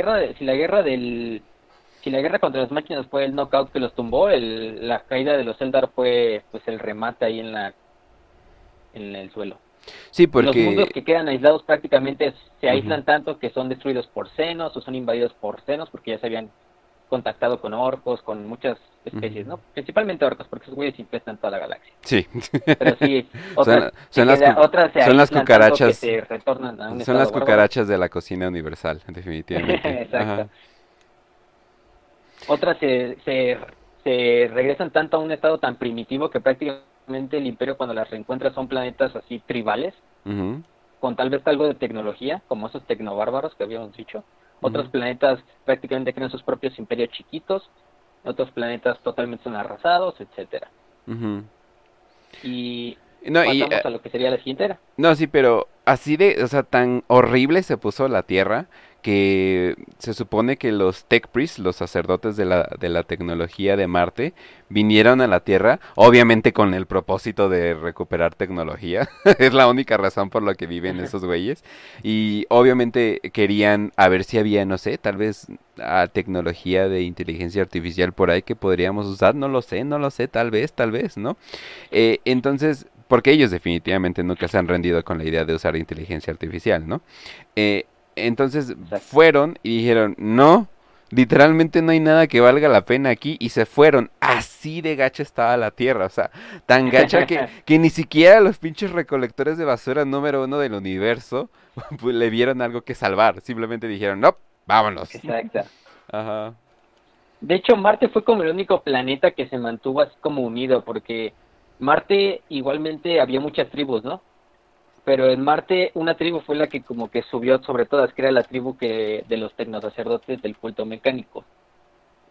si la guerra contra las máquinas fue el knockout que los tumbó, la caída de los Eldar fue pues el remate ahí en el suelo. Sí, Los mundos porque... que quedan aislados prácticamente se ujú, aíslan tanto que son destruidos por Xenos o son invadidos por Xenos porque ya se habían contactado con orcos, con muchas ujú. especies, ¿no? Principalmente orcos, porque esos güeyes infestan toda la galaxia. Sí. Pero sí, Son, otras se son las aíslan tanto que cucarachas. se retornan a un Son las estado bárbaro. cucarachas de la cocina universal, definitivamente. Exacto. Ajá. Otras se regresan tanto a un estado tan primitivo que prácticamente el imperio cuando las reencuentra son planetas así tribales, Ujú, con tal vez algo de tecnología, como esos tecnobárbaros que habíamos dicho. Otros ujú, planetas prácticamente crean sus propios imperios chiquitos, otros planetas totalmente son arrasados, etcétera. ujú. Y No, pasamos a lo que sería la siguiente era. no, sí, pero así de, o sea, tan horrible se puso la Tierra que se supone que los Tech Priests, los sacerdotes de la tecnología de Marte, vinieron a la Tierra, obviamente con el propósito de recuperar tecnología. Es la única razón por la que viven esos güeyes. Y obviamente querían a ver si había, no sé, tal vez tecnología de inteligencia artificial por ahí que podríamos usar, no lo sé, tal vez, ¿no? Entonces, porque ellos definitivamente nunca se han rendido con la idea de usar inteligencia artificial, ¿no? Eh, entonces Exacto. fueron y dijeron, no, literalmente no hay nada que valga la pena aquí y se fueron. Así de gacha estaba la Tierra, o sea, tan gacha que ni siquiera los pinches recolectores de basura número uno del universo pues, le vieron algo que salvar. Simplemente dijeron, no, vámonos. Exacto. Ajá. De hecho, Marte fue como el único planeta que se mantuvo así como unido, porque Marte igualmente había muchas tribus, ¿no? Pero en Marte una tribu fue la que como que subió sobre todas, que era la tribu que de los tecnosacerdotes del culto mecánico.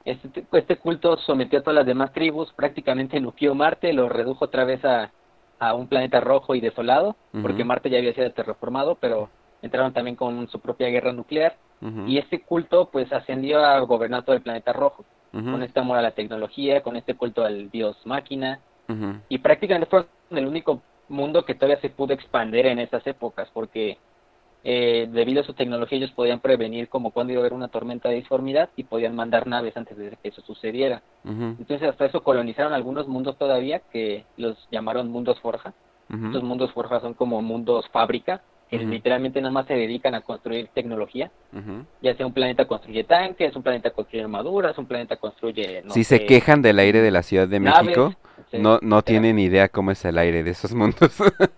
Este culto sometió a todas las demás tribus, prácticamente nucleó Marte, lo redujo otra vez a un planeta rojo y desolado, porque Ujú, Marte ya había sido terraformado, pero entraron también con su propia guerra nuclear, ujú, y este culto pues ascendió a gobernar todo el planeta rojo, ujú, con este amor a la tecnología, con este culto al dios máquina, ujú, y prácticamente fue el único mundo que todavía se pudo expandir en esas épocas, porque debido a su tecnología ellos podían prevenir como cuando iba a haber una tormenta de disformidad y podían mandar naves antes de que eso sucediera. ujú, Entonces hasta eso colonizaron algunos mundos todavía que los llamaron mundos forja. ujú, Estos mundos forja son como mundos fábrica, que ujú, literalmente nada más se dedican a construir tecnología. ujú. Ya sea un planeta construye tanques, un planeta construye armaduras, un planeta construye, no Si se sé, quejan del aire de la Ciudad de naves, México, no etcétera. tienen idea cómo es el aire de esos mundos.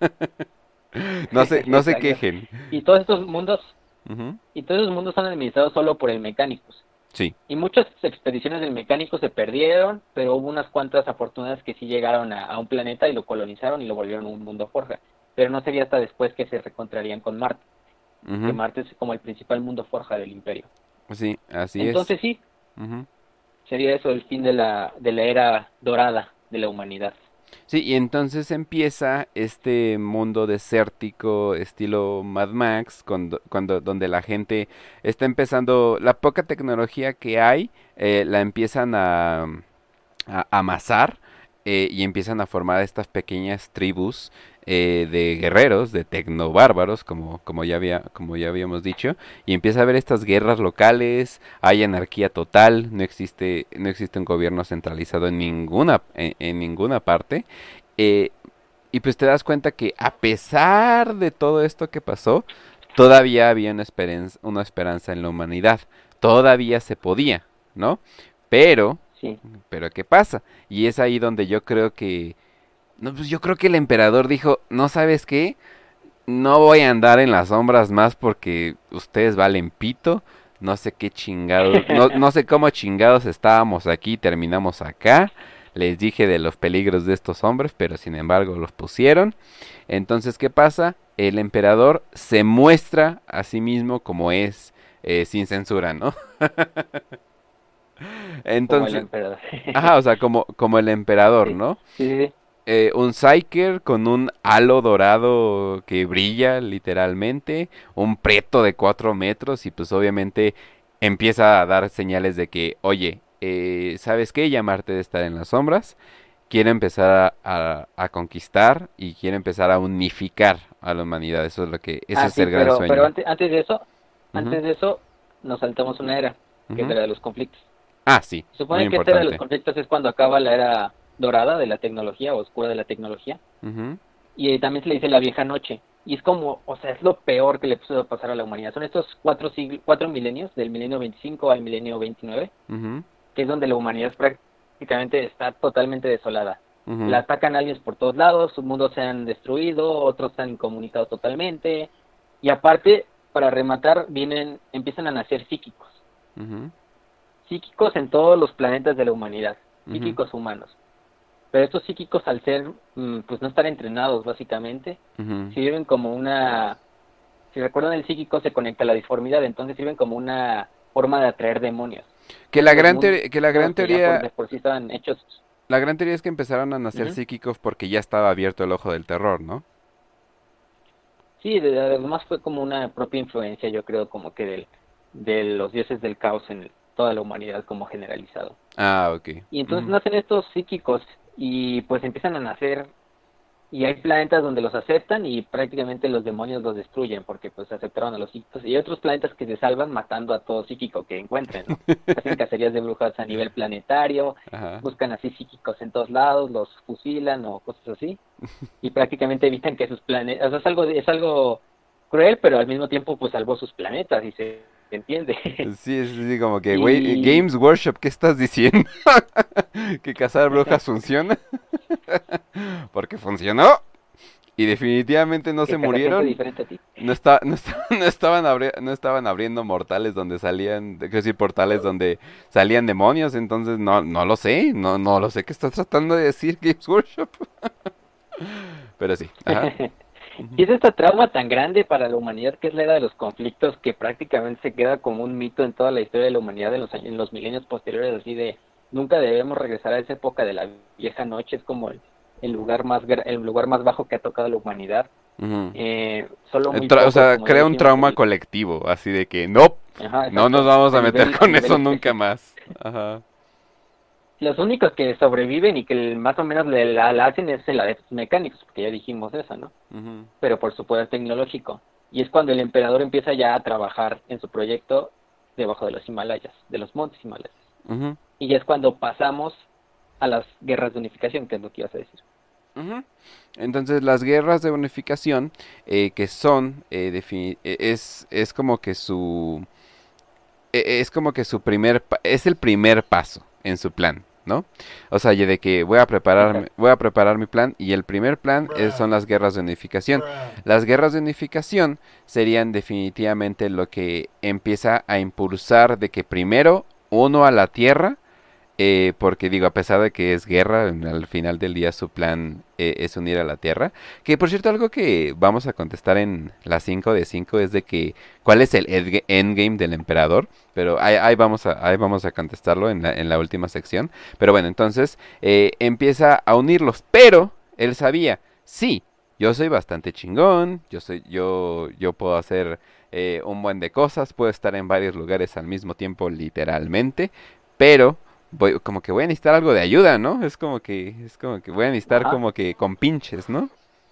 No se Exacto. quejen. Y todos estos mundos, Ujú, y todos esos mundos son administrados solo por el Mecánicos. sí. Y muchas expediciones del Mecánico se perdieron, pero hubo unas cuantas afortunadas que sí llegaron a un planeta y lo colonizaron y lo volvieron un mundo forja. Pero no sería hasta después que se recontrarían con Marte, que Ujú, Marte es como el principal mundo forja del Imperio. sí, así es. Entonces sí, Ujú. sería eso el fin de la era dorada de la humanidad. Sí, y entonces empieza este mundo desértico estilo Mad Max, donde la gente está empezando, la poca tecnología que hay, la empiezan a amasar, y empiezan a formar estas pequeñas tribus de guerreros, de tecnobárbaros, como ya habíamos dicho, y empieza a haber estas guerras locales, hay anarquía total, no existe un gobierno centralizado en ninguna parte, eh, y pues te das cuenta que a pesar de todo esto que pasó, todavía había una esperanza en la humanidad, todavía se podía, ¿no? Pero Sí. pero ¿qué pasa? Y es ahí donde yo creo que... No, pues yo creo que el emperador dijo, no sabes qué, no voy a andar en las sombras más porque ustedes valen pito, no sé qué chingados, no sé cómo chingados estábamos aquí, terminamos acá, les dije de los peligros de estos hombres, pero sin embargo los pusieron. Entonces, ¿qué pasa? El emperador se muestra a sí mismo como es, sin censura, ¿no? Como el Entonces, emperador. ajá, o sea, como el emperador, Sí, ¿no? sí, sí. Un Psyker con un halo dorado que brilla literalmente, un preto de 4 metros y pues obviamente empieza a dar señales de que, oye, ¿sabes qué? Llamarte de estar en las sombras, quiere empezar a conquistar y quiere empezar a unificar a la humanidad, ese Ah, es sí, el gran pero sueño. Ujú, antes de eso, nos saltamos una era, que es ujú. la de los conflictos. Ah, sí, Se muy supone que esta era de los importante. conflictos es cuando acaba la era dorada de la tecnología, o oscura de la tecnología, Ujú, y también se le dice la vieja noche. Y es como, o sea, es lo peor que le pudo pasar a la humanidad. Son estos 4 milenios, del milenio 25 al milenio 29, ujú, que es donde la humanidad prácticamente está totalmente desolada. La ujú, atacan aliens por todos lados, sus mundos se han destruido, otros están incomunicados totalmente, y aparte, para rematar, empiezan a nacer psíquicos. ujú, Psíquicos en todos los planetas de la humanidad, ujú, psíquicos humanos. Pero estos psíquicos, al ser, pues no estar entrenados básicamente, ujú. sirven como si recuerdan, el psíquico se conecta a la disformidad, entonces sirven como una forma de atraer demonios. Que Entonces la los gran, mundos teoría, que la gran que ya por, teoría, de por sí estaban hechos. la gran teoría es que empezaron a nacer Uh-huh. psíquicos porque ya estaba abierto el ojo del terror, ¿no? Sí, además fue como una propia influencia, yo creo, como que de los dioses del caos en toda la humanidad como generalizado. Ah, ok. Y entonces Ujú, nacen estos psíquicos y pues empiezan a nacer. Y hay planetas donde los aceptan y prácticamente los demonios los destruyen porque pues aceptaron a los psíquicos. Y hay otros planetas que se salvan matando a todo psíquico que encuentren, ¿no? Hacen cacerías de brujas a nivel planetario, ajá. buscan así psíquicos en todos lados, los fusilan o cosas así. Y prácticamente evitan que sus planetas... O sea, es algo cruel, pero al mismo tiempo pues salvó sus planetas y se entiende. Sí, sí, sí, como que, güey, Y Games Workshop, ¿qué estás diciendo? ¿Que cazar brujas funciona? Porque funcionó. Y definitivamente no que se caza gente murieron. diferente a ti. No estaban abriendo mortales donde quiero decir, portales donde salían demonios, entonces no lo sé, no lo sé qué estás tratando de decir Games Workshop. Pero sí, ajá. Y es este trauma tan grande para la humanidad que es la era de los conflictos que prácticamente se queda como un mito en toda la historia de la humanidad en en los milenios posteriores, así de nunca debemos regresar a esa época de la vieja noche, es como el lugar el lugar más bajo que ha tocado la humanidad. Ujú. Solo muy O pocos, sea, como ya crea un dijimos, trauma colectivo, así de que no, ajá, no nos exacto, vamos a meter a con nivel eso nunca específico. más. Ajá. Los únicos que sobreviven y que más o menos la hacen es el adeptos mecánicos, porque ya dijimos eso, ¿no? Ujú, Pero por su poder tecnológico. Y es cuando el emperador empieza ya a trabajar en su proyecto debajo de los Himalayas, de los montes Himalayas. ujú, Y ya es cuando pasamos a las guerras de unificación, que es lo que ibas a decir. ujú. Entonces las guerras de unificación, que son, es como que es como que es el primer paso en su plan, ¿no? O sea, ya de que Exacto. voy a preparar mi plan y el primer plan son las guerras de unificación. Las guerras de unificación serían definitivamente lo que empieza a impulsar de que primero uno a la tierra, porque digo, a pesar de que es guerra, al final del día su plan es unir a la Tierra. Que por cierto, algo que vamos a contestar en las 5 de 5 es de que, ¿cuál es el endgame del emperador? Pero ahí vamos a contestarlo en la última sección. Pero bueno, entonces empieza a unirlos, pero él sabía, sí, yo soy bastante chingón, yo puedo hacer un buen de cosas, puedo estar en varios lugares al mismo tiempo, literalmente, pero como que voy a necesitar algo de ayuda, ¿no? Es como que voy a necesitar Ajá. como que con pinches, ¿no?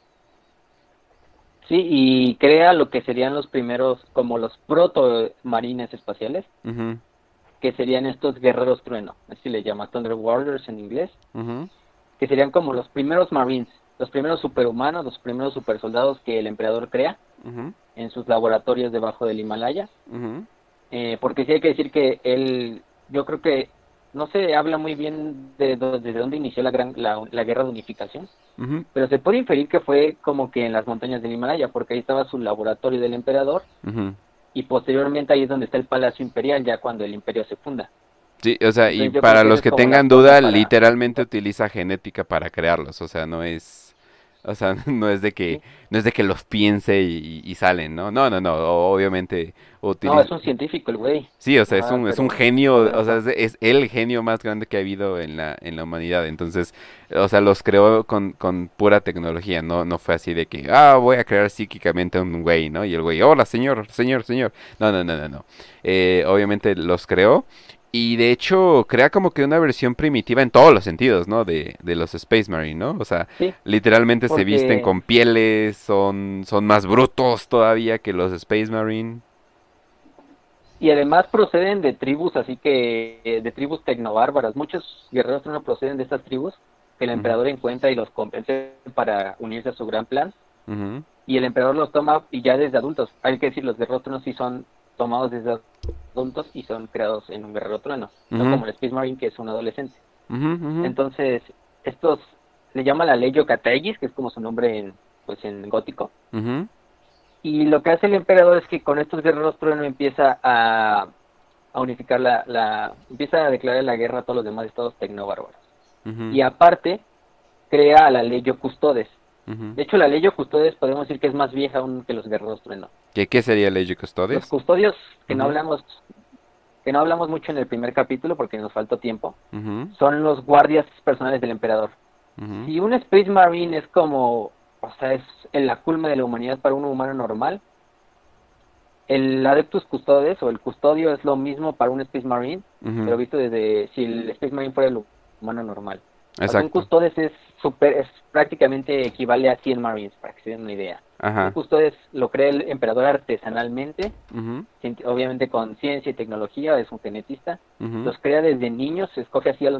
Sí, y crea lo que serían los primeros, como los proto marines espaciales, Mhm, que serían estos guerreros trueno, así le llama Thunder Warriors en inglés, mhm, que serían como los primeros marines, los primeros superhumanos, los primeros supersoldados que el emperador crea mhm, en sus laboratorios debajo del Himalaya. mhm, Porque sí hay que decir que él, yo creo que no se habla muy bien desde dónde inició la guerra de unificación, mhm, pero se puede inferir que fue como que en las montañas del Himalaya, porque ahí estaba su laboratorio del emperador mhm. y posteriormente ahí es donde está el Palacio Imperial, ya cuando el imperio se funda. Sí, o sea, y Entonces yo creo para que esa los es que como la tengan forma duda, para literalmente unificar. utiliza genética para crearlos, o sea, o sea, ¿Sí? no es de que los piense y salen, ¿no? No, no, no, obviamente No, utiliza. es un científico el güey. Sí, o sea, Ajá, es un pero genio, o sea, ajá. es el genio más grande que ha habido en la humanidad. Entonces, o sea, los creó con pura tecnología, no fue así de que, voy a crear psíquicamente a un güey, ¿no? Y el güey, hola, señor, señor, señor. No, no, no, no, no. Obviamente los creó y de hecho crea como que una versión primitiva en todos los sentidos, ¿no? De los Space Marine, ¿no? O sea, Sí, literalmente se visten porque con pieles, son más brutos todavía que los Space Marine. y además proceden de tribus, así que de tribus tecnobárbaras. Muchos guerreros no proceden de estas tribus que el Ujú, emperador encuentra y los convence para unirse a su gran plan. ujú, Y el emperador los toma y ya desde adultos. Hay que decir, los guerreros truenos sí son tomados desde adultos y son creados en un guerrero trueno, no ujú, como el Space Marine que es un adolescente. ujú, ujú. Entonces, estos le llama la ley Yokategis, que es como su nombre pues en gótico. Ujú, Y lo que hace el emperador es que con estos guerreros trueno empieza a unificar empieza a declarar la guerra a todos los demás estados tecnobárbaros. ujú, Y aparte, crea a la ley Custodes. ujú. De hecho, la ley Custodes podemos decir que es más vieja aún que los guerreros trueno. ¿Qué sería Legio Los Custodes? custodios Ujú, que no hablamos mucho en el primer capítulo porque nos faltó tiempo, ujú, son los guardias personales del emperador. ujú, Si un Space Marine es como, o sea, es la culme de la humanidad para un humano normal, el Adeptus Custodes o el custodio es lo mismo para un Space Marine, ujú. pero visto desde si el Space Marine fuera el humano normal. O sea, un Exacto. Custodes es prácticamente equivale a 100 Marines, para que se den una idea. Un Ajá. Custodes lo crea el emperador artesanalmente, Ujú, obviamente con ciencia y tecnología, es un genetista. ujú, Los crea desde niños, se escoge así a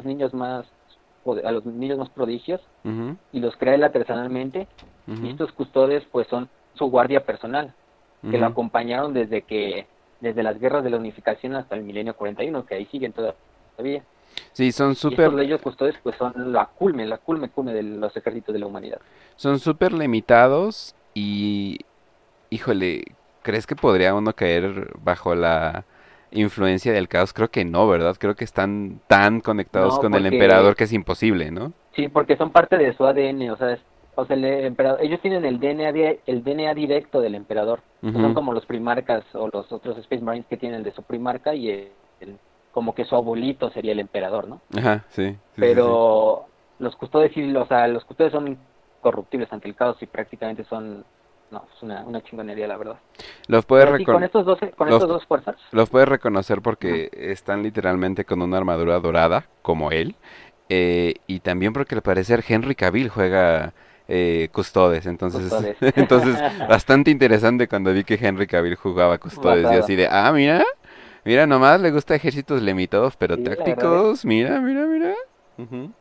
a los niños más prodigios ujú, y los crea él artesanalmente. Y ujú, estos custodes pues son su guardia personal, que lo ujú. acompañaron desde las guerras de la unificación hasta el milenio 41, que ahí siguen todavía. Sí, Y estos leyes custodes pues son culme de los ejércitos de la humanidad. son súper limitados y, híjole, ¿crees que podría uno caer bajo la influencia del caos? Creo que no, ¿verdad? Creo que están tan conectados No, con el emperador porque que es imposible, ¿no? sí, porque son parte de su ADN, o sea, O sea, ellos tienen el DNA, el DNA directo del emperador. No son Ujú. como los primarcas o los otros Space Marines que tienen el de su primarca y como que su abuelito sería el emperador, ¿no? Ajá, sí, sí, sí, sí. Pero los custodes sí, o sea, los custodes son incorruptibles ante el caos y prácticamente son, no, es una chingonería, la verdad. Los puedes Pero sí, recon- con los, estos dos fuerzas. los puedes reconocer Ujú. porque están literalmente con una armadura dorada, como él. Y también porque al parecer Henry Cavill juega Custodes. Entonces, Custodes. entonces, bastante interesante cuando vi que Henry Cavill jugaba Custodes. Y Basado. así de, ah, mira, mira, nomás le gusta ejércitos limitados, pero Sí, la verdad, ¿eh? tácticos. Mira, mira, mira. Ujú,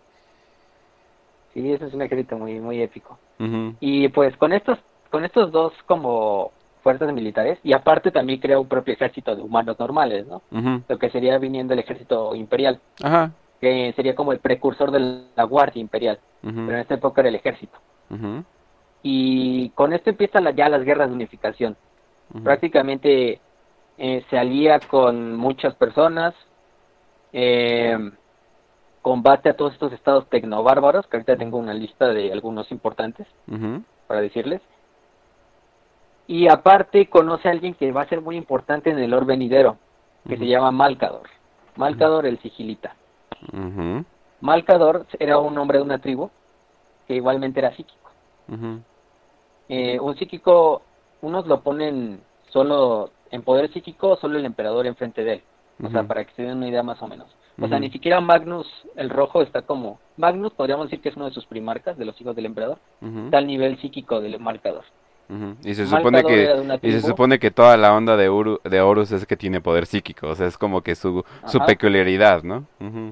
Sí, eso es un ejército muy, muy épico. ujú, Y pues con estos dos como fuerzas militares, y aparte también crea un propio ejército de humanos normales, ¿no? ujú. Lo que sería viniendo el ejército imperial, Ajá. que sería como el precursor de la guardia imperial, Ujú, pero en esta época era el ejército. ujú, Y con esto empiezan ya las guerras de unificación. ujú, Prácticamente se alía con muchas personas, eh, combate a todos estos estados tecnobárbaros, que ahorita tengo una lista de algunos importantes ujú, para decirles. Y aparte conoce a alguien que va a ser muy importante en el lore venidero, que se ujú, llama Malcador. ujú, Malcador el sigilita. ujú, Malcador era un hombre de una tribu que igualmente era psíquico. ujú, Un psíquico, unos lo ponen solo en poder psíquico, solo el emperador enfrente de él. O sea, ujú, para que se den una idea más o menos. O sea, ujú, ni siquiera Magnus el Rojo está como... Magnus podríamos decir que es uno de sus primarcas, de los hijos del emperador. ujú, Está al nivel psíquico del Malcador. ujú. Malcador era de una Y se tribu. supone que toda la onda de Horus es que tiene poder psíquico, o sea, es como que su Ajá. peculiaridad, ¿no? Ujú,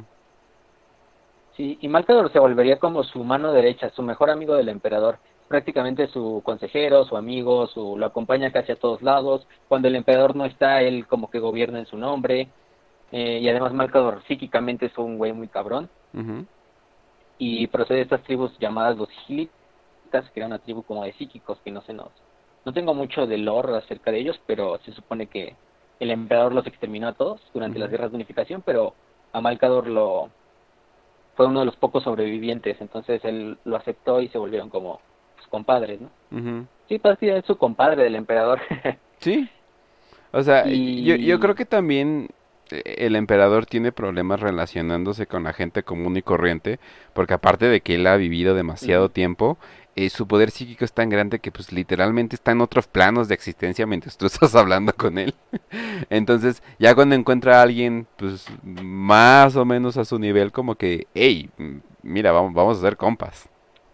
Sí, y Malcador se volvería como su mano derecha, su mejor amigo del emperador, prácticamente su consejero, su amigo, lo acompaña casi a todos lados. Cuando el emperador no está, él como que gobierna en su nombre. Y además Malcador psíquicamente es un güey muy cabrón. ujú, Y procede de estas tribus llamadas los Sigilitas, que era una tribu como de psíquicos que no se nos... No tengo mucho de lore acerca de ellos, pero se supone que el emperador los exterminó a todos durante las ujú, guerras de unificación, pero a Malcador fue uno de los pocos sobrevivientes, entonces él lo aceptó y se volvieron como sus compadres, ¿no? ujú. Sí, prácticamente es su compadre del emperador. Sí, o sea, yo creo Y... que también el emperador tiene problemas relacionándose con la gente común y corriente, porque aparte de que él ha vivido demasiado Ujú. tiempo, su poder psíquico es tan grande que pues literalmente está en otros planos de existencia mientras tú estás hablando con él. Entonces, ya cuando encuentra a alguien, pues más o menos a su nivel, como que, hey, mira, vamos a ser compas.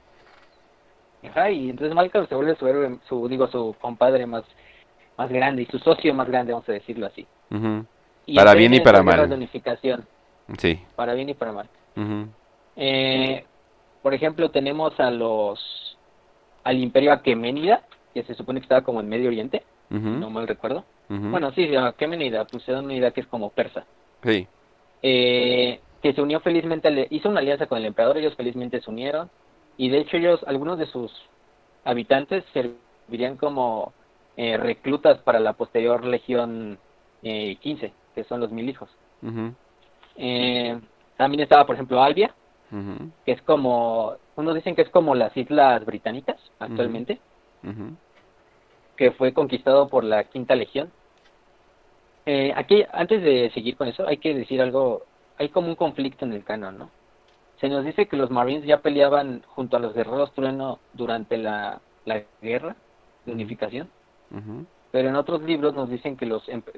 Ajá, y entonces Malcolm se vuelve su héroe, su compadre más grande y su socio más grande, vamos a decirlo así. Ujú. Y Para bien y emprenden para estas guerras de mal. unificación, Sí. para bien y para mal. Ujú, Eh, por ejemplo, tenemos al Imperio Aqueménida, que se supone que estaba como en Medio Oriente, si ujú, no mal recuerdo. ujú. Bueno, sí, Aqueménida, pues se da una idea que es como persa. Sí. Que se unió felizmente, hizo una alianza con el emperador, ellos felizmente se unieron, y de hecho algunos de sus habitantes servirían como reclutas para la posterior Legión 15, que son los 1000 hijos. Ujú, Eh, También estaba, por ejemplo, Albia, ujú, que es como, unos dicen que es como las Islas Británicas ujú, actualmente, ujú, que fue conquistado por la Quinta Legión. Aquí, antes de seguir con eso, hay que decir algo, hay como un conflicto en el canon, ¿no? Se nos dice que los Marines ya peleaban junto a los Guerreros Trueno durante la guerra de ujú, unificación, ujú, pero en otros libros nos dicen que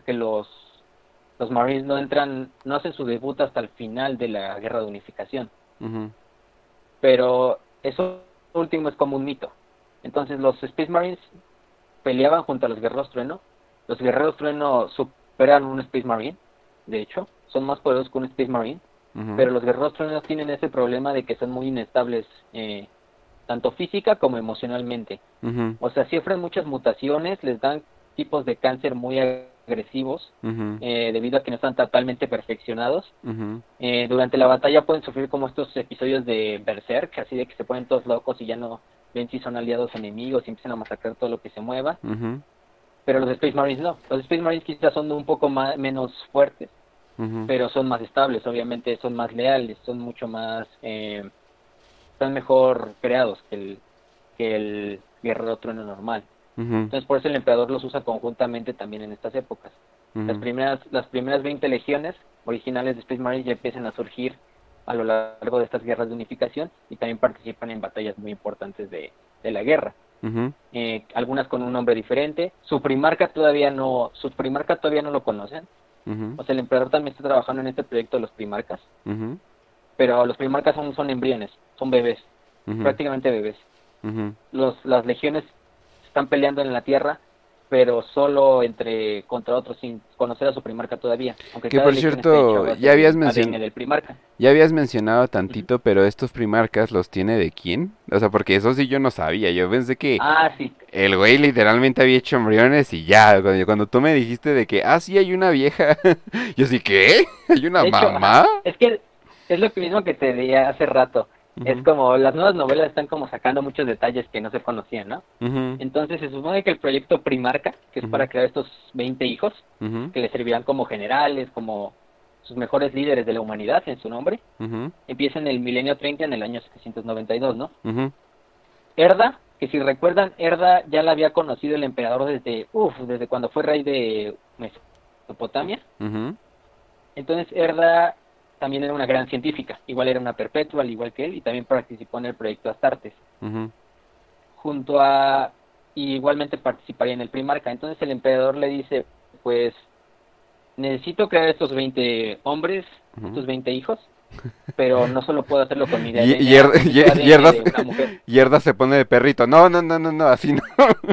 los Marines no entran, no hacen su debut hasta el final de la guerra de unificación, ujú, pero eso último es como un mito. Entonces los Space Marines peleaban junto a los Guerreros Trueno superan un Space Marine, de hecho, son más poderosos que un Space Marine, ujú, pero los Guerreros Truenos tienen ese problema de que son muy inestables, tanto física como emocionalmente. ujú, O sea, sufren muchas mutaciones, les dan tipos de cáncer muy agresivos, ujú, debido a que no están totalmente perfeccionados. ujú, Durante la batalla pueden sufrir como estos episodios de Berserk, así de que se ponen todos locos y ya no ven si son aliados o enemigos y empiezan a masacrar todo lo que se mueva. ujú, Pero los Space Marines no. Los Space Marines quizás son un poco menos fuertes, ujú, pero son más estables, obviamente son más leales, son mucho más, están mejor creados que el Guerrero Trueno normal. Ujú, Entonces por eso el emperador los usa conjuntamente también en estas épocas. ujú, Las primeras 20 legiones originales de Space Marines ya empiezan a surgir a lo largo de estas guerras de unificación y también participan en batallas muy importantes de la guerra. ujú, Algunas con un nombre diferente. Sus primarca todavía no lo conocen. ujú, O sea, el emperador también está trabajando en este proyecto de los primarcas, ujú, pero los primarcas son embriones, son bebés, ujú, prácticamente bebés. ujú. Las legiones están peleando en la tierra, pero solo contra otros sin conocer a su primarca todavía, aunque Que cada por legión está hecha a cierto, base del ADN del primarca. ya habías mencionado Ujú. tantito, pero estos primarcas los tiene de quién? O sea, porque eso sí yo no sabía. Yo pensé que Ah, sí. el güey literalmente había hecho embriones y ya. Cuando tú me dijiste de que, ah, sí, hay una vieja. Yo sí, ¿qué? ¿Hay una De hecho, ajá, mamá? es que es lo mismo que te di hace rato. Es Ujú, como las nuevas novelas están como sacando muchos detalles que no se conocían, ¿no? ujú, Entonces se supone que el proyecto Primarca, que es ujú, para crear estos 20 hijos, ujú, que le servirán como generales, como sus mejores líderes de la humanidad en su nombre, ujú, empieza en el milenio 30 en el año 792, ¿no? ujú, Erda, que si recuerdan, Erda ya la había conocido el emperador desde cuando fue rey de Mesopotamia. ujú, Entonces Erda también era una gran científica, igual era una perpetua, al igual que él, y también participó en el proyecto Astartes, ujú, junto a, y igualmente participaría en el Primarca. Entonces el emperador le dice, pues necesito crear estos 20 hombres, ujú. estos 20 hijos, pero no solo puedo hacerlo con mi Y, ADN, necesito ADN Yerda, de una mujer. Yerda se pone de perrito. No, no, no, no, no, así no.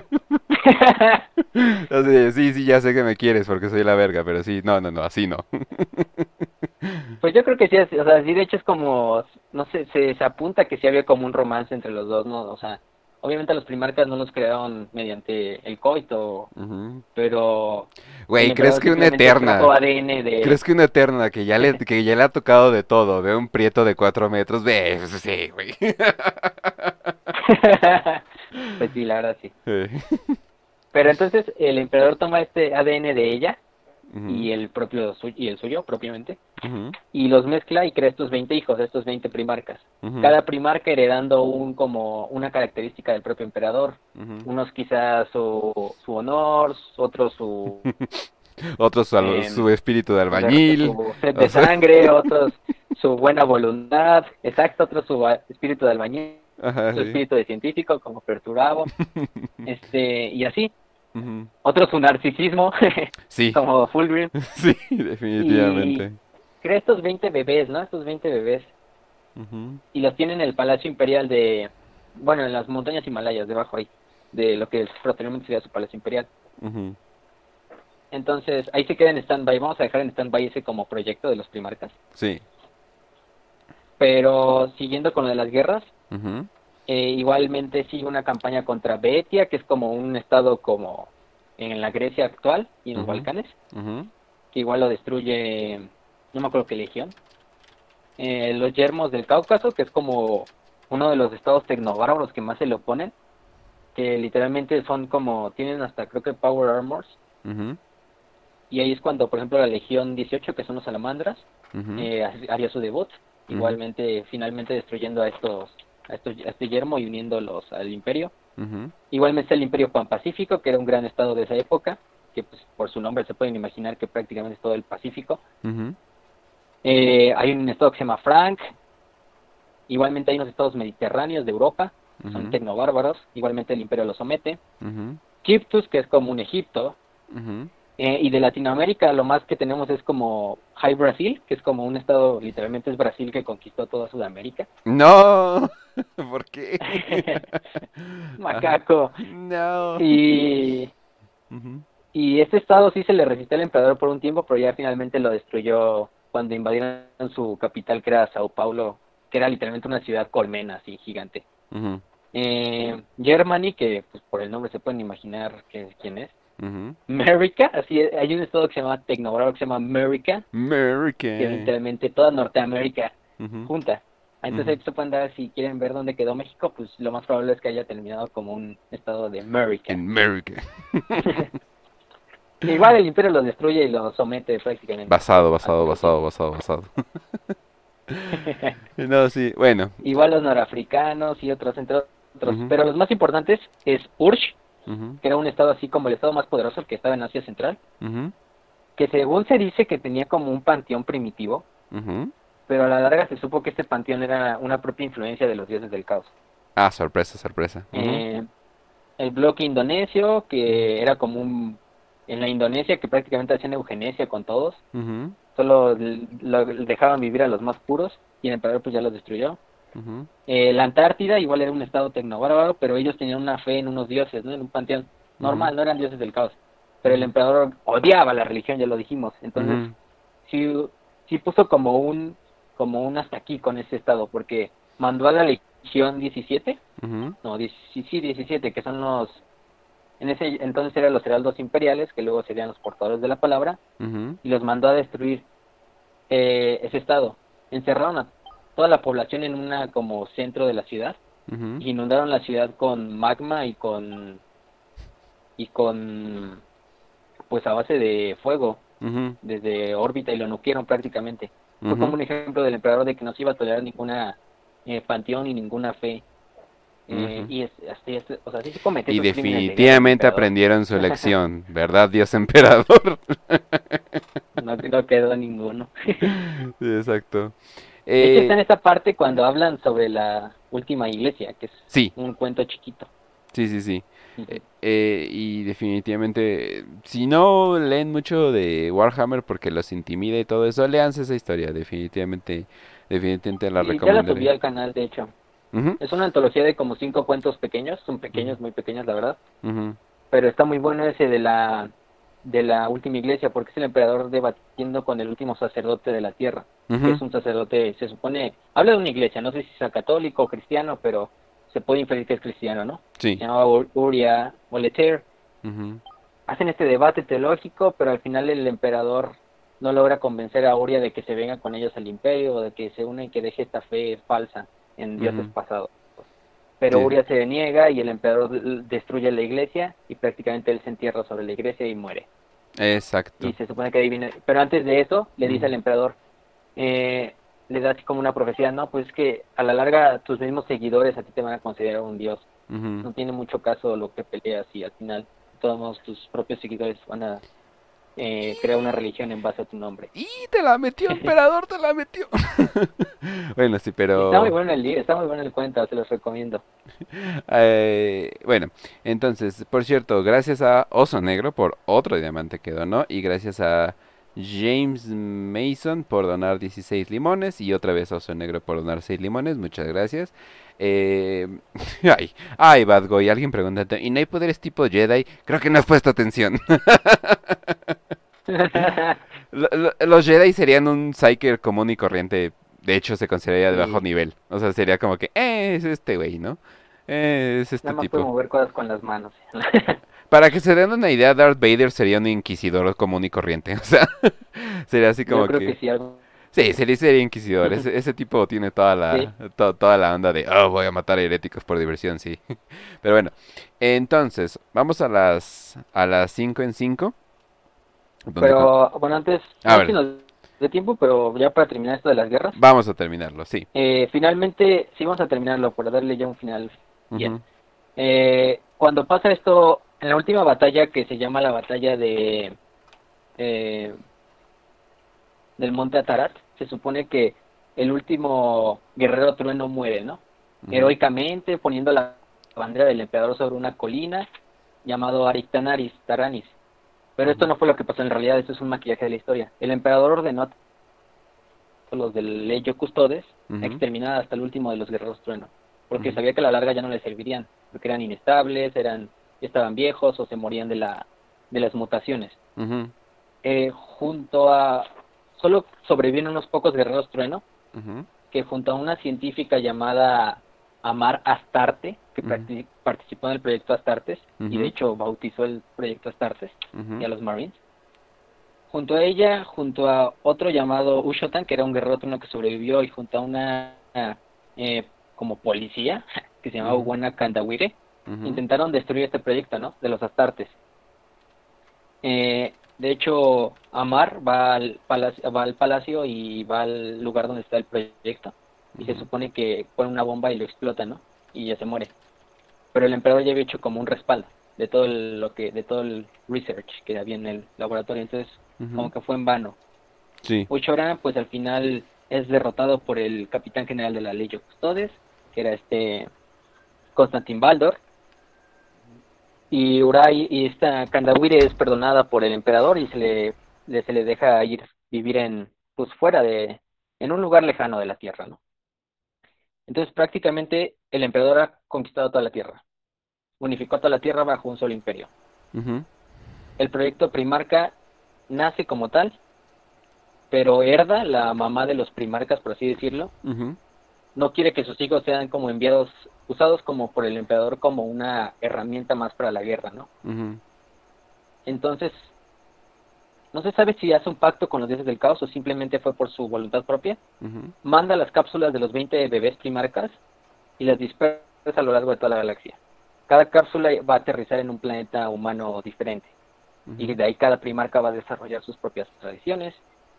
Así de, sí, sí, ya sé que me quieres porque soy la verga, pero sí, no, no, no, así no. Pues yo creo que sí, o sea, sí, de hecho es como, no sé, se apunta que sí había como un romance entre los dos, ¿no? O sea, obviamente los primarcas no los crearon mediante el coito, Ujú. pero el Güey, ¿crees emperador que una simplemente extrajo eterna? ADN ¿Crees de... que una eterna que ya le ha tocado de todo, de un prieto de 4 metros? Ve, sí, güey. Pues sí, la verdad sí. Eh, Pero entonces el emperador toma este ADN de ella ujú, y y el suyo propiamente, ujú, y los mezcla y crea estos 20 hijos, estos 20 primarcas. ujú, Cada primarca heredando como una característica del propio emperador. ujú. Unos quizás su honor, otros Otros su eh, espíritu de su albañil. sed O de sea, sangre, otros su buena voluntad, exacto, otros su espíritu de albañil, ajá, su sí. espíritu de científico como Perturabo, y así. Ujú. Otro su narcisismo, Sí, como Fulgrim, sí, y definitivamente. crea estos 20 bebés, ¿no? Estos 20 bebés, Ujú, y los tiene en el Palacio Imperial bueno, en las montañas Himalayas, debajo ahí, de lo que posteriormente sería su Palacio Imperial. ujú. Entonces, ahí se queda en stand-by, vamos a dejar en stand-by ese como proyecto de los primarcas. Sí. Pero siguiendo con lo de las guerras, Ujú, igualmente sigue una campaña contra Beetia, que es como un estado como en la Grecia actual y en los ujú, Balcanes, ujú, que igual lo destruye, no me acuerdo qué legión. Los yermos del Cáucaso, que es como uno de los estados tecnobárbaros que más se le oponen, que literalmente son como, tienen hasta creo que Power Armors, ujú, y ahí es cuando, por ejemplo, la Legión 18, que son los salamandras, ujú, haría su debut, ujú, igualmente finalmente destruyendo a este yermo y uniéndolos al imperio. ujú, Igualmente está el Imperio Pan Pacífico, que era un gran estado de esa época, que pues, por su nombre se pueden imaginar que prácticamente es todo el Pacífico. ujú, Hay un estado que se llama Frank, igualmente hay unos estados mediterráneos de Europa, que son ujú, tecnobárbaros, igualmente el imperio los somete. ujú, Chiptus, que es como un Egipto, ujú. y de Latinoamérica lo más que tenemos es como High Brasil, que es como un estado, literalmente es Brasil que conquistó toda Sudamérica. No, ¿por qué? Ajá. Macaco. No. Y, Ujú, y este estado sí se le resistió al emperador por un tiempo, pero ya finalmente lo destruyó cuando invadieron su capital, que era Sao Paulo, que era literalmente una ciudad colmena, así gigante. ujú, Germany, que pues, por el nombre se pueden imaginar quién es. ujú. America, así hay un estado que se llama Tecnobráfico, que se llama America, que es American. literalmente toda Norteamérica Ujú, junta. Entonces ujú. ahí se pueden dar, si quieren ver dónde quedó México, pues lo más probable es que haya terminado como un estado de En America. America. Igual el imperio lo destruye y lo somete prácticamente Basado, al basado, poco basado, tiempo. basado, basado. No, sí, bueno. Igual los norafricanos y otros, entre Ujú, Pero los más importantes es Ursh, ujú, que era un estado así como el estado más poderoso que estaba en Asia Central, ujú, que según se dice que tenía como un panteón primitivo, ujú. pero a la larga se supo que este panteón era una propia influencia de los dioses del caos. Ah, sorpresa, sorpresa. Ujú, Eh, el bloque indonesio, que era como en la Indonesia, que prácticamente hacían eugenesia con todos, ujú, solo dejaban vivir a los más puros, y el emperador pues ya los destruyó. ujú, La Antártida igual era un estado tecnobárbaro, pero ellos tenían una fe en unos dioses, ¿no? En un panteón ujú, normal, no eran dioses del caos. Pero el ujú, emperador odiaba la religión, ya lo dijimos. Entonces, ujú, sí, sí puso como un hasta aquí con ese estado, porque mandó a la Legión 17, ujú, no, sí, 17, que son en ese entonces eran los heraldos imperiales, que luego serían los portadores de la palabra, ujú, y los mandó a destruir ese estado. Encerraron a toda la población en una como centro de la ciudad, ujú, inundaron la ciudad con magma y con pues a base de fuego ujú, desde órbita y lo nuquieron prácticamente. Fue como ujú, un ejemplo del emperador de que no se iba a tolerar ninguna panteón ni ninguna fe. ujú. Y o sea, sí se comete Y sus crímenes de guerra el definitivamente emperador. aprendieron su lección, ¿verdad, Dios emperador? No quedó ninguno. Sí, exacto. De hecho, está Eh, en esta parte cuando hablan sobre la última iglesia, que es sí, un cuento chiquito. sí, sí, sí. Ujú. Y definitivamente, si no leen mucho de Warhammer porque los intimida y todo eso, léanse esa historia, definitivamente, definitivamente la Y ya la subí recomendaré. al canal, de hecho. Ujú, Es una antología de como 5 cuentos pequeños, son ujú, pequeños, muy pequeños, la verdad. ujú, Pero está muy bueno ese de la última iglesia, porque es el emperador debatiendo con el último sacerdote de la tierra, que ujú, es un sacerdote, se supone, habla de una iglesia, no sé si sea católico o cristiano, pero se puede inferir que es cristiano, ¿no? sí, Se llamaba Uria Boleter. ujú, Hacen este debate teológico, pero al final el emperador no logra convencer a Uria de que se venga con ellos al imperio, o de que se una y que deje esta fe falsa en dioses ujú, pasados. Pero sí, Uria se niega y el emperador destruye la iglesia y prácticamente él se entierra sobre la iglesia y muere. Y exacto. se supone que ahí viene, pero antes de eso le dice Ujú, al emperador, eh, le da así como una profecía, no, pues es que a la larga tus mismos seguidores a ti te van a considerar un dios. ujú. No tiene mucho caso lo que peleas y al final, de todos modos, tus propios seguidores van a crear una religión en base a tu nombre. Y te la metió, emperador, te la metió. Bueno, sí, Y está muy pero bueno el libro, está muy bueno el cuento, se los recomiendo. bueno, entonces, por cierto, gracias a Oso Negro por otro diamante que donó y gracias a James Mason por donar 16 limones y otra vez Oso Negro por donar 6 limones, muchas gracias. Eh, ay, Bad Boy, alguien pregunta, ¿y no hay poderes tipo Jedi? Creo que no has puesto atención. Los Jedi serían un Psyker común y corriente. De hecho, se consideraría de bajo Sí, nivel. O sea, sería como que, es este güey, ¿no? Es este nada más puede tipo. mover cosas con las manos. Para que se den una idea, Darth Vader sería un inquisidor común y corriente. O sea, sería así Yo como creo que que... sí, algo. Sí, sería inquisidor. Ese tipo tiene toda Sí, toda la onda de, oh, voy a matar heréticos por diversión, sí. Pero bueno, entonces, vamos a las 5 en 5. Donde pero bueno, antes, a no sé si ver, nos de tiempo, pero ya para terminar esto de las guerras, vamos a terminarlo, sí. finalmente sí vamos a terminarlo, por darle ya un final bien. Ujú, Cuando pasa esto, en la última batalla que se llama la batalla eh, del Monte Atarat, se supone que el último guerrero trueno muere, ¿no? ujú, Heroicamente poniendo la bandera del emperador sobre una colina llamado Arictanaris, Taranis. Pero esto ujú, no fue lo que pasó en realidad, esto es un maquillaje de la historia. El emperador ordenó a todos los del Legio Custodes a ujú, exterminar hasta el último de los guerreros trueno, porque ujú, sabía que a la larga ya no les servirían, porque eran inestables, ya estaban viejos o se morían de las mutaciones. ujú, Junto a, solo sobrevivieron unos pocos guerreros trueno, ujú, que junto a una científica llamada Amar Astarte, que ujú, participó en el proyecto Astartes, y de ujú, hecho bautizó el proyecto Astartes y ujú, a los Marines, junto a ella, junto a otro llamado Ushotan, que era un guerrero trueno que sobrevivió, y junto a una como policía, que se llamaba ujú, Uwana Kandawire, ujú, intentaron destruir este proyecto, ¿no? De los Astartes. De hecho, Amar va al palacio y va al lugar donde está el proyecto, y se ujú, supone que pone una bomba y lo explota, ¿no? Y ya se muere. pero el emperador ya había hecho como un respaldo de de todo el research que había en el laboratorio, entonces Ujú. como que fue en vano. Sí. Uchoran pues al final es derrotado por el capitán general de la Ley of Custodes, que era Constantin Baldor, y Uray y esta Kandawire es perdonada por el emperador y se le deja ir vivir pues fuera en un lugar lejano de la tierra, ¿no? Entonces prácticamente el emperador ha conquistado toda la tierra, unificó toda la tierra bajo un solo imperio. Ujú. El proyecto Primarca nace como tal, pero Herda, la mamá de los primarcas, por así decirlo, Ujú. no quiere que sus hijos sean como enviados, usados como por el emperador como una herramienta más para la guerra, ¿no? Ujú. Entonces, no se sabe si hace un pacto con los dioses del caos o simplemente fue por su voluntad propia. Ujú. Manda las cápsulas de los 20 bebés primarcas y las dispersa a lo largo de toda la galaxia. Cada cápsula va a aterrizar en un planeta humano diferente. Y Ujú. de ahí cada primarca va a desarrollar sus propias tradiciones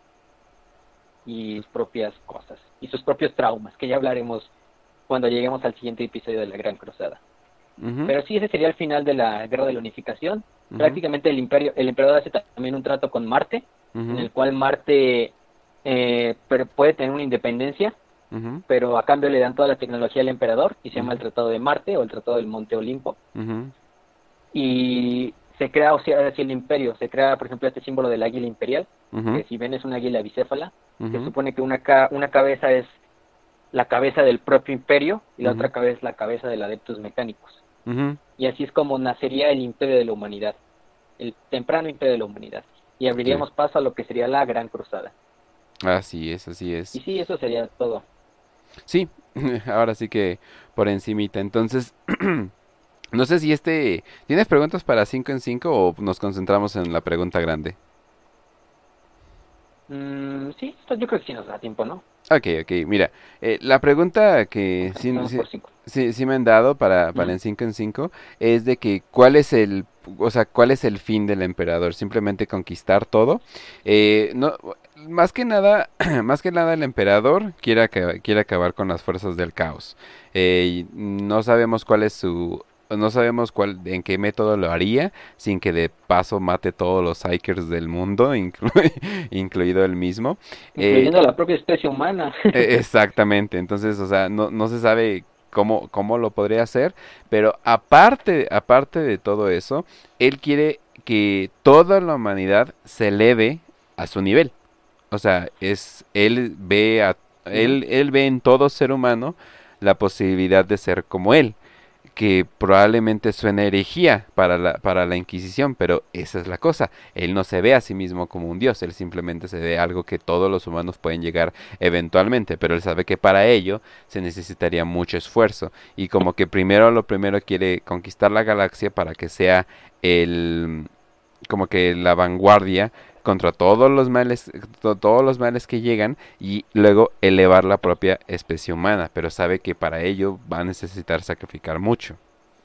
y sus propias cosas. Y sus propios traumas, que ya hablaremos cuando lleguemos al siguiente episodio de la Gran Cruzada. Ujú. Pero sí, ese sería el final de la Guerra de la Unificación. Ujú. Prácticamente el emperador hace también un trato con Marte, en Ujú. el cual Marte puede tener una independencia, Ujú. pero a cambio le dan toda la tecnología al emperador y se llama el Tratado de Marte o el Tratado del Monte Olimpo. Ujú. Y se crea, o sea, así el imperio, se crea, por ejemplo, este símbolo del águila imperial, Ujú. que si ven es una águila bicéfala, que Ujú. supone que una cabeza es la cabeza del propio imperio y la Ujú. otra cabeza es la cabeza del Adeptus Mechanicus. Ujú. Y así es como nacería el imperio de la humanidad, el temprano imperio de la humanidad. Y Sí, abriríamos paso a lo que sería la Gran Cruzada. así es, así Y es. sí, eso sería todo. Sí, ahora sí que por encimita. Entonces, no sé si ¿tienes preguntas para 5 en 5 o nos concentramos en la pregunta grande? Sí, esto yo creo que sí nos da tiempo, ¿no? Ok, ok, mira, la pregunta que Ok, vamos por 5. sí me han dado para en 5 en 5 es de que o sea, cuál es el fin del emperador, simplemente conquistar todo. No, más que nada, más que nada el emperador quiere acabar con las fuerzas del caos. Y no sabemos no sabemos en qué método lo haría, sin que de paso mate todos los Psykers del mundo, incluido el mismo. Eh, Incluyendo a la propia especie humana. Exactamente, entonces, o sea, no se sabe cómo lo podría hacer, pero aparte de todo eso, él quiere que toda la humanidad se eleve a su nivel. O sea, Ujú. él ve en todo ser humano la posibilidad de ser como él, que probablemente suene herejía para la Inquisición, pero esa es la cosa. Él no se ve a sí mismo como un dios, él simplemente se ve algo que todos los humanos pueden llegar eventualmente, pero él sabe que para ello se necesitaría mucho esfuerzo y como que lo primero quiere conquistar la galaxia para que sea el como que la vanguardia contra todos los males que llegan y luego elevar la propia especie humana, pero sabe que para ello va a necesitar sacrificar mucho.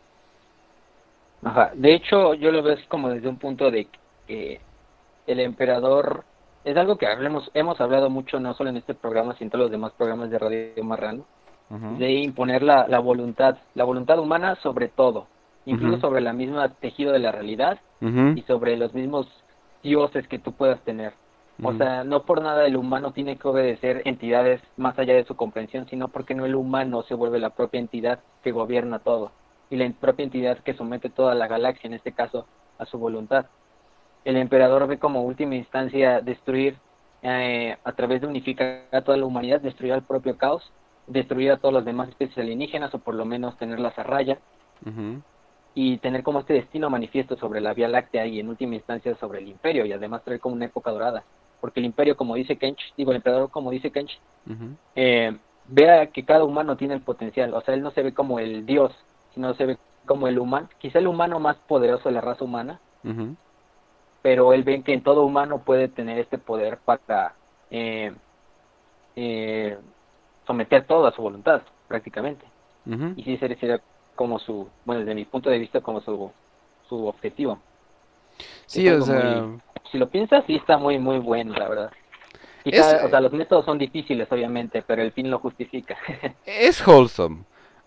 Ajá. De hecho, yo lo veo así como desde un punto de que el emperador es algo que hemos hablado mucho, no solo en este programa, sino en todos los demás programas de Radio Marrano, Ujú. de imponer la voluntad humana sobre todo, incluso Ujú. sobre la misma tejido de la realidad Ujú. y sobre los mismos dioses que tú puedas tener. O Ujú. sea, no por nada el humano tiene que obedecer entidades más allá de su comprensión, sino porque no el humano se vuelve la propia entidad que gobierna todo y la propia entidad que somete toda la galaxia, en este caso, a su voluntad. El emperador ve como última instancia destruir, a través de unificar a toda la humanidad, destruir al propio caos, destruir a todas las demás especies alienígenas o por lo menos tenerlas a raya Ujú. y tener como este destino manifiesto sobre la Vía Láctea y en última instancia sobre el imperio y además traer como una época dorada. Porque el imperio, como dice Kench, digo, el emperador, como dice Kench, Ujú. vea que cada humano tiene el potencial. O sea, él no se ve como el dios, sino se ve como el humano, quizá el humano más poderoso de la raza humana, Ujú. pero él ve que en todo humano puede tener este poder para eh, eh, someter todo a su voluntad, prácticamente. Ujú. Y sí sería como bueno, desde mi punto de vista, como su objetivo. Es Sí, o algo sea, muy, si lo piensas, sí está muy, muy bueno, la verdad. es, Quizá, o sea, los métodos son difíciles, obviamente, pero el fin lo justifica. es wholesome.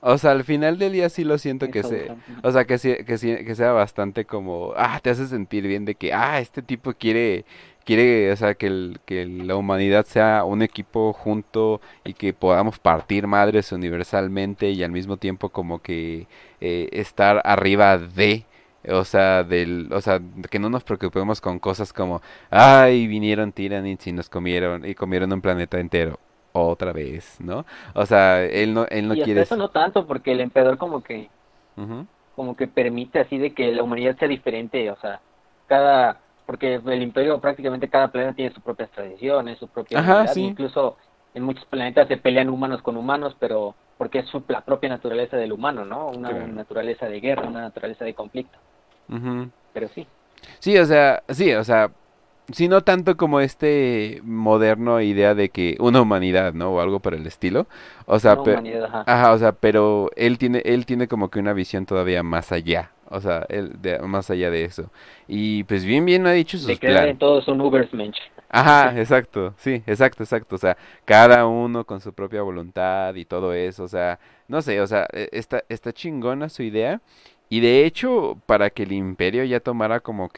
O sea, al final del día sí lo siento que Eso se, usan. o sea, que sea bastante como, te hace sentir bien de que, este tipo quiere, o sea, que la humanidad sea un equipo junto y que podamos partir madres universalmente y al mismo tiempo como que estar arriba o sea, que no nos preocupemos con cosas como, vinieron tiranids y nos comieron y comieron un planeta entero otra vez, ¿no? O sea, él no Y hasta quiere. eso no tanto, porque el emperador Ujú. como que permite así de que la humanidad sea diferente, o sea, porque el imperio prácticamente cada planeta tiene sus propias tradiciones, su propia Ajá, humanidad, sí, incluso en muchos planetas se pelean humanos con humanos, pero porque es la propia naturaleza del humano, ¿no? Una claro. naturaleza de guerra, una naturaleza de conflicto, Ujú. pero sí, Sí, o sea, sí, no tanto como este moderno idea de que una humanidad, ¿no? O algo por el estilo. O sea, una humanidad, ajá, ajá, o sea, pero él tiene como que una visión todavía más allá. O sea, más allá de eso. Y pues bien ha dicho de sus crear planes. en todos un Ubersmensch. Ajá, exacto, sí, exacto. O sea, cada uno con su propia voluntad y todo eso. O sea, no sé, o sea, está chingona su idea. Y de hecho, para que el imperio ya tomara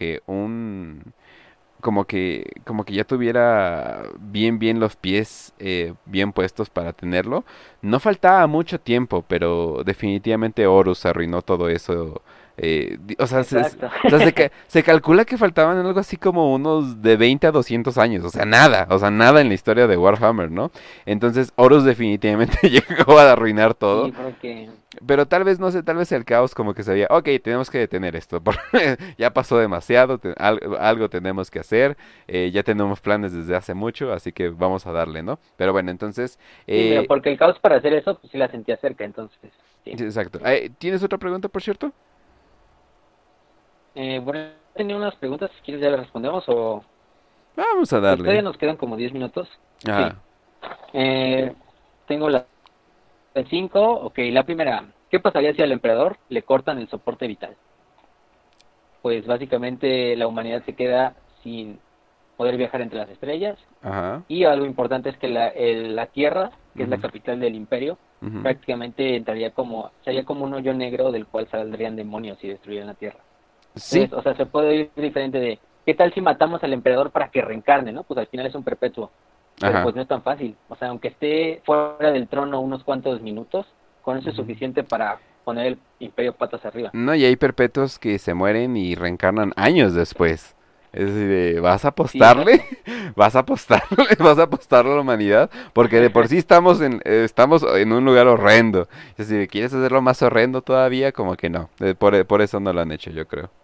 como que ya tuviera bien los pies bien puestos para tenerlo, no faltaba mucho tiempo, pero definitivamente Horus arruinó todo eso. O sea, Exacto. o sea, se calcula que faltaban algo así como unos de 20 a 200 años, o sea, nada en la historia de Warhammer, ¿no? Entonces Horus definitivamente llegó a arruinar todo. Sí, porque Pero tal vez, no sé, tal vez el caos como que sabía, ok, tenemos que detener esto, porque ya pasó demasiado, algo tenemos que hacer, ya tenemos planes desde hace mucho, así que vamos a darle, ¿no? Pero bueno, entonces, sí, pero eh, porque el caos para hacer eso, pues sí la sentía cerca, entonces, sí. sí, exacto. ¿Tienes otra pregunta, por cierto? Bueno, tenía unas preguntas, si quieres ya las respondemos o Vamos a pues todavía darle. nos quedan como 10 minutos. Sí. Ajá. Eh, tengo la 5. Ok, la primera. ¿Qué pasaría si al emperador le cortan el soporte vital? Pues básicamente la humanidad se queda sin poder viajar entre las estrellas. Ajá. Y algo importante es que la Tierra, que es la Ujú, capital del imperio, ujú. prácticamente sería como un hoyo negro del cual saldrían demonios y destruirían la Tierra. Sí. Entonces, o sea, se puede ir diferente de, ¿qué tal si matamos al emperador para que reencarne, no? Pues al final es un perpetuo, pero Ajá. pues no es tan fácil. O sea, aunque esté fuera del trono unos cuantos minutos, con eso es Ujú. suficiente para poner el imperio patas arriba. No, y hay perpetuos que se mueren y reencarnan años después. Es decir, ¿vas a Sí, apostarle? exacto. ¿Vas a apostarle? ¿Vas a apostarle a la humanidad? Porque de por sí estamos en un lugar horrendo. Es decir, ¿quieres hacerlo más horrendo todavía? Como que no. Por eso no lo han hecho, yo creo.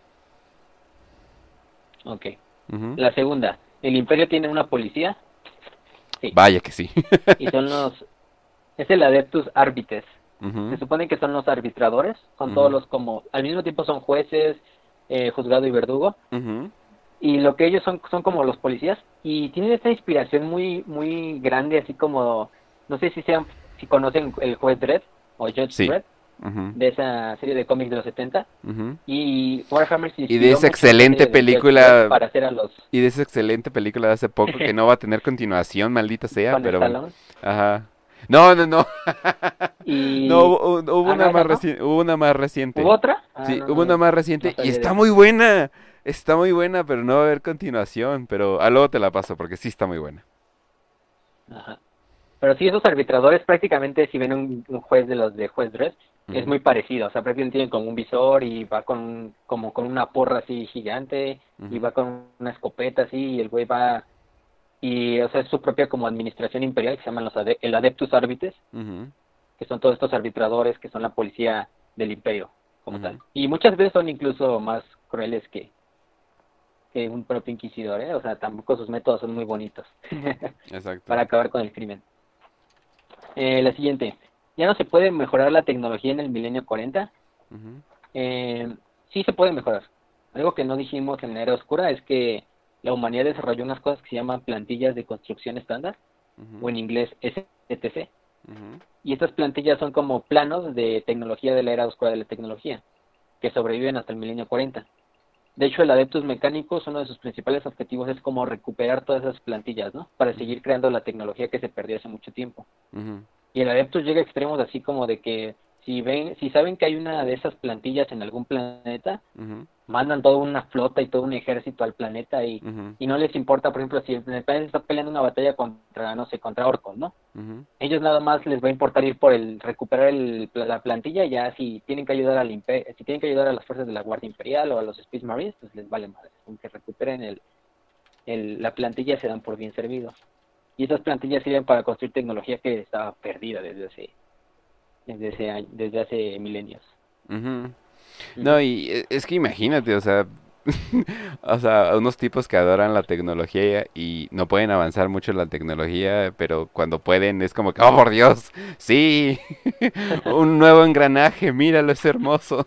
Ok. Ujú. La segunda, ¿el imperio tiene una policía? Sí. Vaya que sí. Y es el Adeptus Arbites. Se Ujú, supone que son los arbitradores, son todos ujú, los como, al mismo tiempo son jueces, juzgado y verdugo, ujú. y lo que ellos son como los policías y tienen esta inspiración muy grande, así como no sé si conocen el juez Dredd o Judge Sí. Dredd Ujú, de esa serie de cómics de los 70 ujú. y Warhammer se Y de inspiró esa mucho en esa excelente serie de Judge Dredd película para hacer a los Y de esa excelente película de hace poco que no va a tener continuación, maldita sea, con pero bueno. Stallone Ajá. No, no, no. No, y hubo no, una más esa no, reciente, hubo una más hubo reciente. otra, Sí, no, hubo una más no reciente y sabía de está esa. muy buena. Está muy buena, pero no va a haber continuación, pero a luego te la paso porque sí está muy buena. Ajá. Pero sí, esos arbitradores prácticamente, si ven un juez de los de Juez Dredd, es Ujú, muy parecido. O sea, prácticamente tiene como un visor y va como con una porra así gigante y ujú, va con una escopeta así y el güey va... Y, o sea, es su propia como administración imperial que se llaman el Adeptus Arbites, ujú, que son todos estos arbitradores que son la policía del imperio como tal. ujú. Y muchas veces son incluso más crueles que un propio inquisidor, ¿eh? O sea, tampoco sus métodos son muy bonitos Exacto. para acabar con el crimen. La siguiente. ¿Ya no se puede mejorar la tecnología en el milenio 40? Ujú, Eh, sí se puede mejorar. Algo que no dijimos en la era oscura es que la humanidad desarrolló unas cosas que se llaman plantillas de construcción estándar, o ujú, en inglés STC. ujú, Y estas plantillas son como planos de tecnología de la era oscura de la tecnología, que sobreviven hasta el milenio 40. De hecho, el Adeptus Mechanicus, uno de sus principales objetivos es como recuperar todas esas plantillas, ¿no? Para ujú, seguir creando la tecnología que se perdió hace mucho tiempo. ujú. Y el Adeptus llega a extremos así como de que si saben que hay una de esas plantillas en algún planeta, Ujú, mandan toda una flota y todo un ejército al planeta ujú, y no les importa, por ejemplo, si el planeta está peleando una batalla contra, no sé, contra orcos, ¿no? ujú, Ellos nada más les va a importar ir por recuperar la plantilla, ya si tienen que ayudar si tienen que ayudar a las fuerzas de la Guardia Imperial o a los Space Marines, pues les vale madre. Aunque recuperen la plantilla se dan por bien servidos. Y esas plantillas sirven para construir tecnología que estaba perdida desde hace milenios. ujú. No, Ujú. y es que imagínate, o sea, o sea, unos tipos que adoran la tecnología y no pueden avanzar mucho en la tecnología, pero cuando pueden es como que, oh, por Dios, sí, un nuevo engranaje, míralo, es hermoso.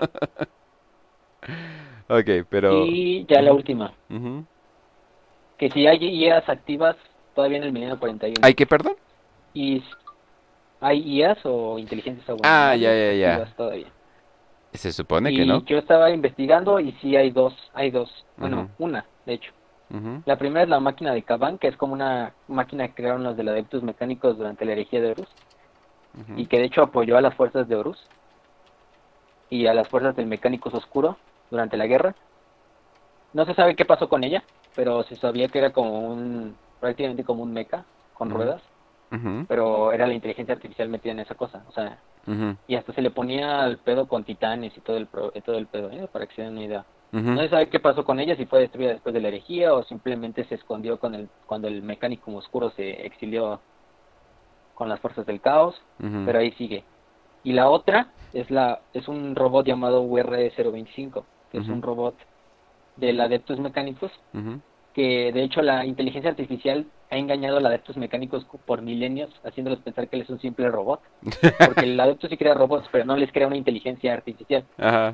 Ok, pero... Y ya la ujú, última, ujú. que si hay IAs activas todavía en el milenio 41. ¿Ay, qué, perdón? Y hay IAs o inteligencias Ah, ya, humanoides ya, ya. activas todavía. Se supone que no. Y yo estaba investigando y sí hay dos, Ujú, bueno, una, de hecho. ujú, La primera es la máquina de Kaban, que es como una máquina que crearon los del Adeptus Mecánicos durante la herejía de Horus, ujú, y que de hecho apoyó a las fuerzas de Horus y a las fuerzas del Mecánicos Oscuro durante la guerra. No se sabe qué pasó con ella, pero se sabía que era prácticamente como un mecha con ujú, ruedas, ujú, pero era la inteligencia artificial metida en esa cosa, o sea, ujú, y hasta se le ponía al pedo con titanes y todo el pedo, para que se den una idea. No ujú, se sabe qué pasó con ella, si fue destruida después de la herejía o simplemente se escondió cuando el mecánico oscuro se exilió con las fuerzas del caos, ujú, pero ahí sigue. Y la otra es un robot llamado UR-025, que es ujú, un robot del Adeptus Mechanicus, ujú. que de hecho la inteligencia artificial ha engañado a los Adeptus Mecánicos por milenios, haciéndolos pensar que él es un simple robot, porque el Adeptus sí crea robots, pero no les crea una inteligencia artificial. Ajá.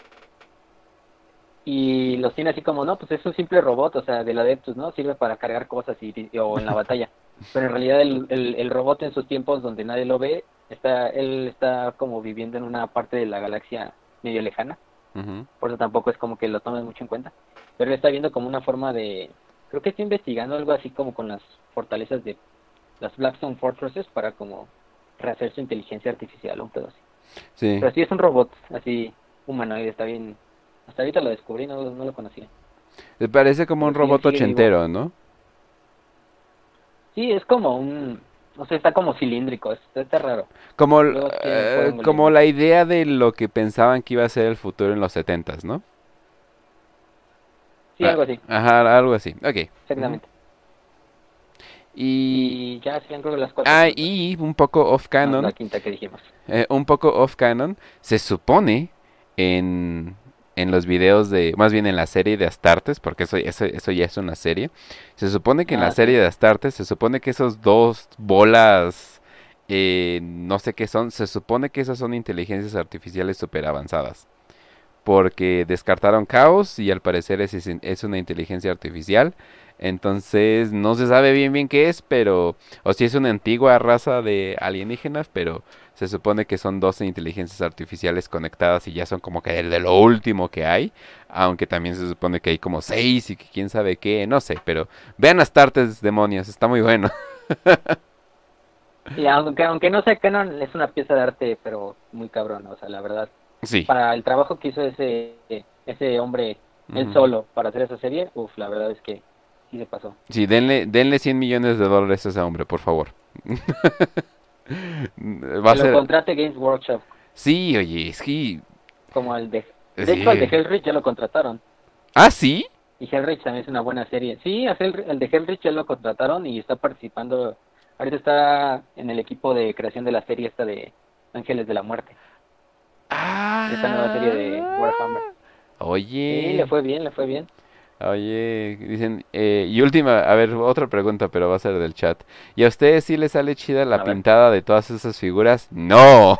Y los tiene así como, no, pues es un simple robot, o sea, del Adeptus, ¿no? Sirve para cargar cosas o en la batalla. Pero en realidad el robot en sus tiempos donde nadie lo ve, él está como viviendo en una parte de la galaxia medio lejana, Ujú. por eso tampoco es como que lo tomen mucho en cuenta. Pero él está viendo como una forma creo que está investigando algo así como con las fortalezas de las Blackstone Fortresses para como rehacer su inteligencia artificial o un pedo así. Sí. Pero sí es un robot así humanoide, está bien. Hasta ahorita lo descubrí, no lo conocía. Me parece como un Pero sí, él robot sigue vivo. ochentero, ¿no? Sí, es como no sé, está como cilíndrico, está raro. Como, Luego si quieren pueden googlear como más. la idea de lo que pensaban que iba a ser el futuro en los setentas, ¿no? Sí, Ah, algo así, ajá, algo así. Ok. Ujú. exactamente. Y... Y ya serían creo que las cuatro Ah, preguntas, y un poco off más la canon, quinta que dijimos. se supone en, en los videos de, más bien en la serie de Astartes, porque eso ya es una serie, se supone que en la Ah, sí. serie de Astartes, se supone que esos dos bolas, no sé qué son, se supone que esas son inteligencias artificiales super avanzadas. Porque descartaron Caos y al parecer es una inteligencia artificial. Entonces no se sabe bien qué es, pero... O si es una antigua raza de alienígenas, pero se supone que son 12 inteligencias artificiales conectadas y ya son como que el de lo último que hay. Aunque también se supone que hay como 6 y que quién sabe qué, no sé, pero... Vean Astartes, demonios, está muy bueno. Y aunque no sea canon, es una pieza de arte, pero muy cabrón, o sea, la verdad. Sí. Para el trabajo que hizo ese hombre, él Ujú. solo, para hacer esa serie, la verdad es que sí se pasó. Sí, denle 100 millones de dólares a ese hombre, por favor. Va a Que lo ser... contrate Games Workshop, Sí, oye, es que... como de hecho, al de Sí. Hellrich ya lo contrataron. Ah, sí. Y Hellrich también es una buena serie. Sí, el de Hellrich ya lo contrataron y está participando. Ahorita está en el equipo de creación de la serie esta de Ángeles de la Muerte. De esta nueva serie de Warhammer. Ah. Sí, Oye, le fue bien. oye, dicen, y última, a ver, otra pregunta, pero va a ser del chat. ¿Y a ustedes sí les sale chida la A ver. pintada de todas esas figuras? No,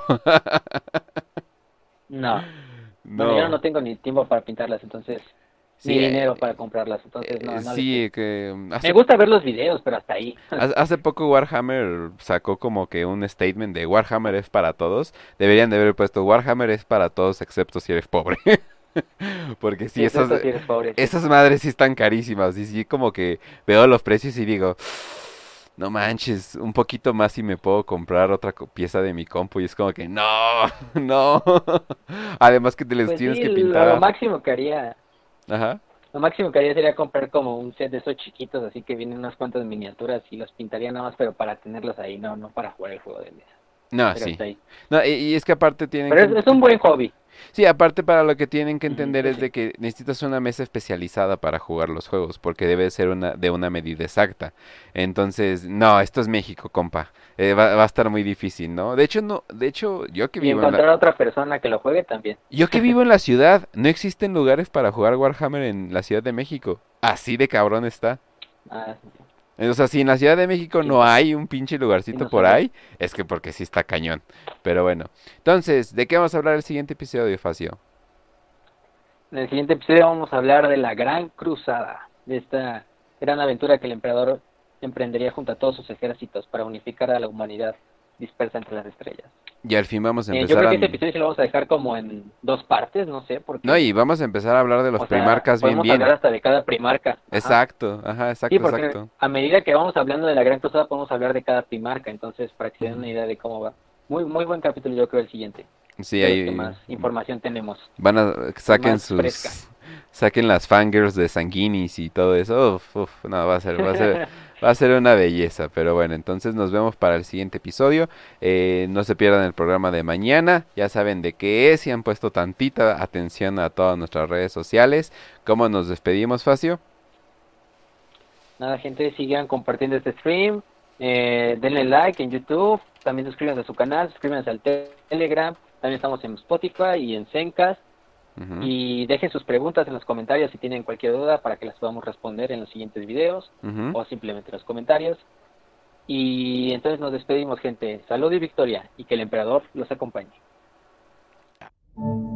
No. Bueno, yo no. no tengo ni tiempo para pintarlas, entonces, Sí, ni dinero para comprarlas, entonces no le sé. sí, que Me gusta ver los videos, pero hasta ahí. hace poco Warhammer sacó como que un statement de Warhammer es para todos. Deberían de haber puesto Warhammer es para todos excepto si eres pobre. Porque sí, Sí, excepto si eres pobre, sí. esas madres sí están carísimas. Y sí, como que veo los precios y digo, no manches, un poquito más y me puedo comprar otra pieza de mi compu y es como que no, no. Además que te les Pues tienes sí, que lo pintar. máximo que haría, Ajá. lo máximo que haría sería comprar como un set de esos chiquitos, así que vienen unas cuantas miniaturas y los pintaría nada más, pero para tenerlos ahí, no para jugar el juego de mesa. No, Pero sí. hasta ahí. No, y es que aparte tienen Pero que... es un buen hobby. Sí, aparte para lo que tienen que Ujú, entender pues es sí. de que necesitas una mesa especializada para jugar los juegos, porque debe ser de una medida exacta. Entonces, no, esto es México, compa. Va a estar muy difícil, ¿no? De hecho, no, de hecho, Y encontrar a otra persona que lo juegue también. yo que vivo en la ciudad, no existen lugares para jugar Warhammer en la Ciudad de México. Así de cabrón está. Ah, O sea, si en la Ciudad de México sí, no no, hay un pinche sí, lugarcito no por sabía. ahí, es que porque sí está cañón. Pero bueno. Entonces, ¿de qué vamos a hablar el siguiente episodio, Facio? En el siguiente episodio vamos a hablar de la Gran Cruzada, de esta gran aventura que el emperador emprendería junto a todos sus ejércitos para unificar a la humanidad dispersa entre las estrellas. Y al fin vamos a Yo empezar creo a... que este episodio sí lo vamos a dejar como en dos partes, no sé, No, porque, y vamos a empezar a hablar de los o sea, primarcas bien podemos bien. hablar hasta de cada primarca. Ajá. Exacto, ajá, Sí, exacto, porque exacto. a medida que vamos hablando de la Gran Cruzada podemos hablar de cada primarca, entonces para que se den Ujú. una idea de cómo va. Muy buen capítulo yo creo el siguiente, Sí, de los que ahí más información tenemos van a... y Saquen más fresca. sus... Saquen las fangirls de Sanguinis y todo eso. Uf, uf, no, va a ser una belleza. Pero bueno, entonces nos vemos para el siguiente episodio. No se pierdan el programa de mañana. Ya saben de qué es y han puesto tantita atención a todas nuestras redes sociales. ¿Cómo nos despedimos, Facio? Nada, gente, sigan compartiendo este stream, denle like en YouTube, también suscríbanse a su canal, suscríbanse al Telegram, también estamos en Spotify y en Zencast, Ujú, y dejen sus preguntas en los comentarios si tienen cualquier duda para que las podamos responder en los siguientes videos ujú. o simplemente en los comentarios. Y entonces nos despedimos, gente. Salud y victoria, y que el emperador los acompañe.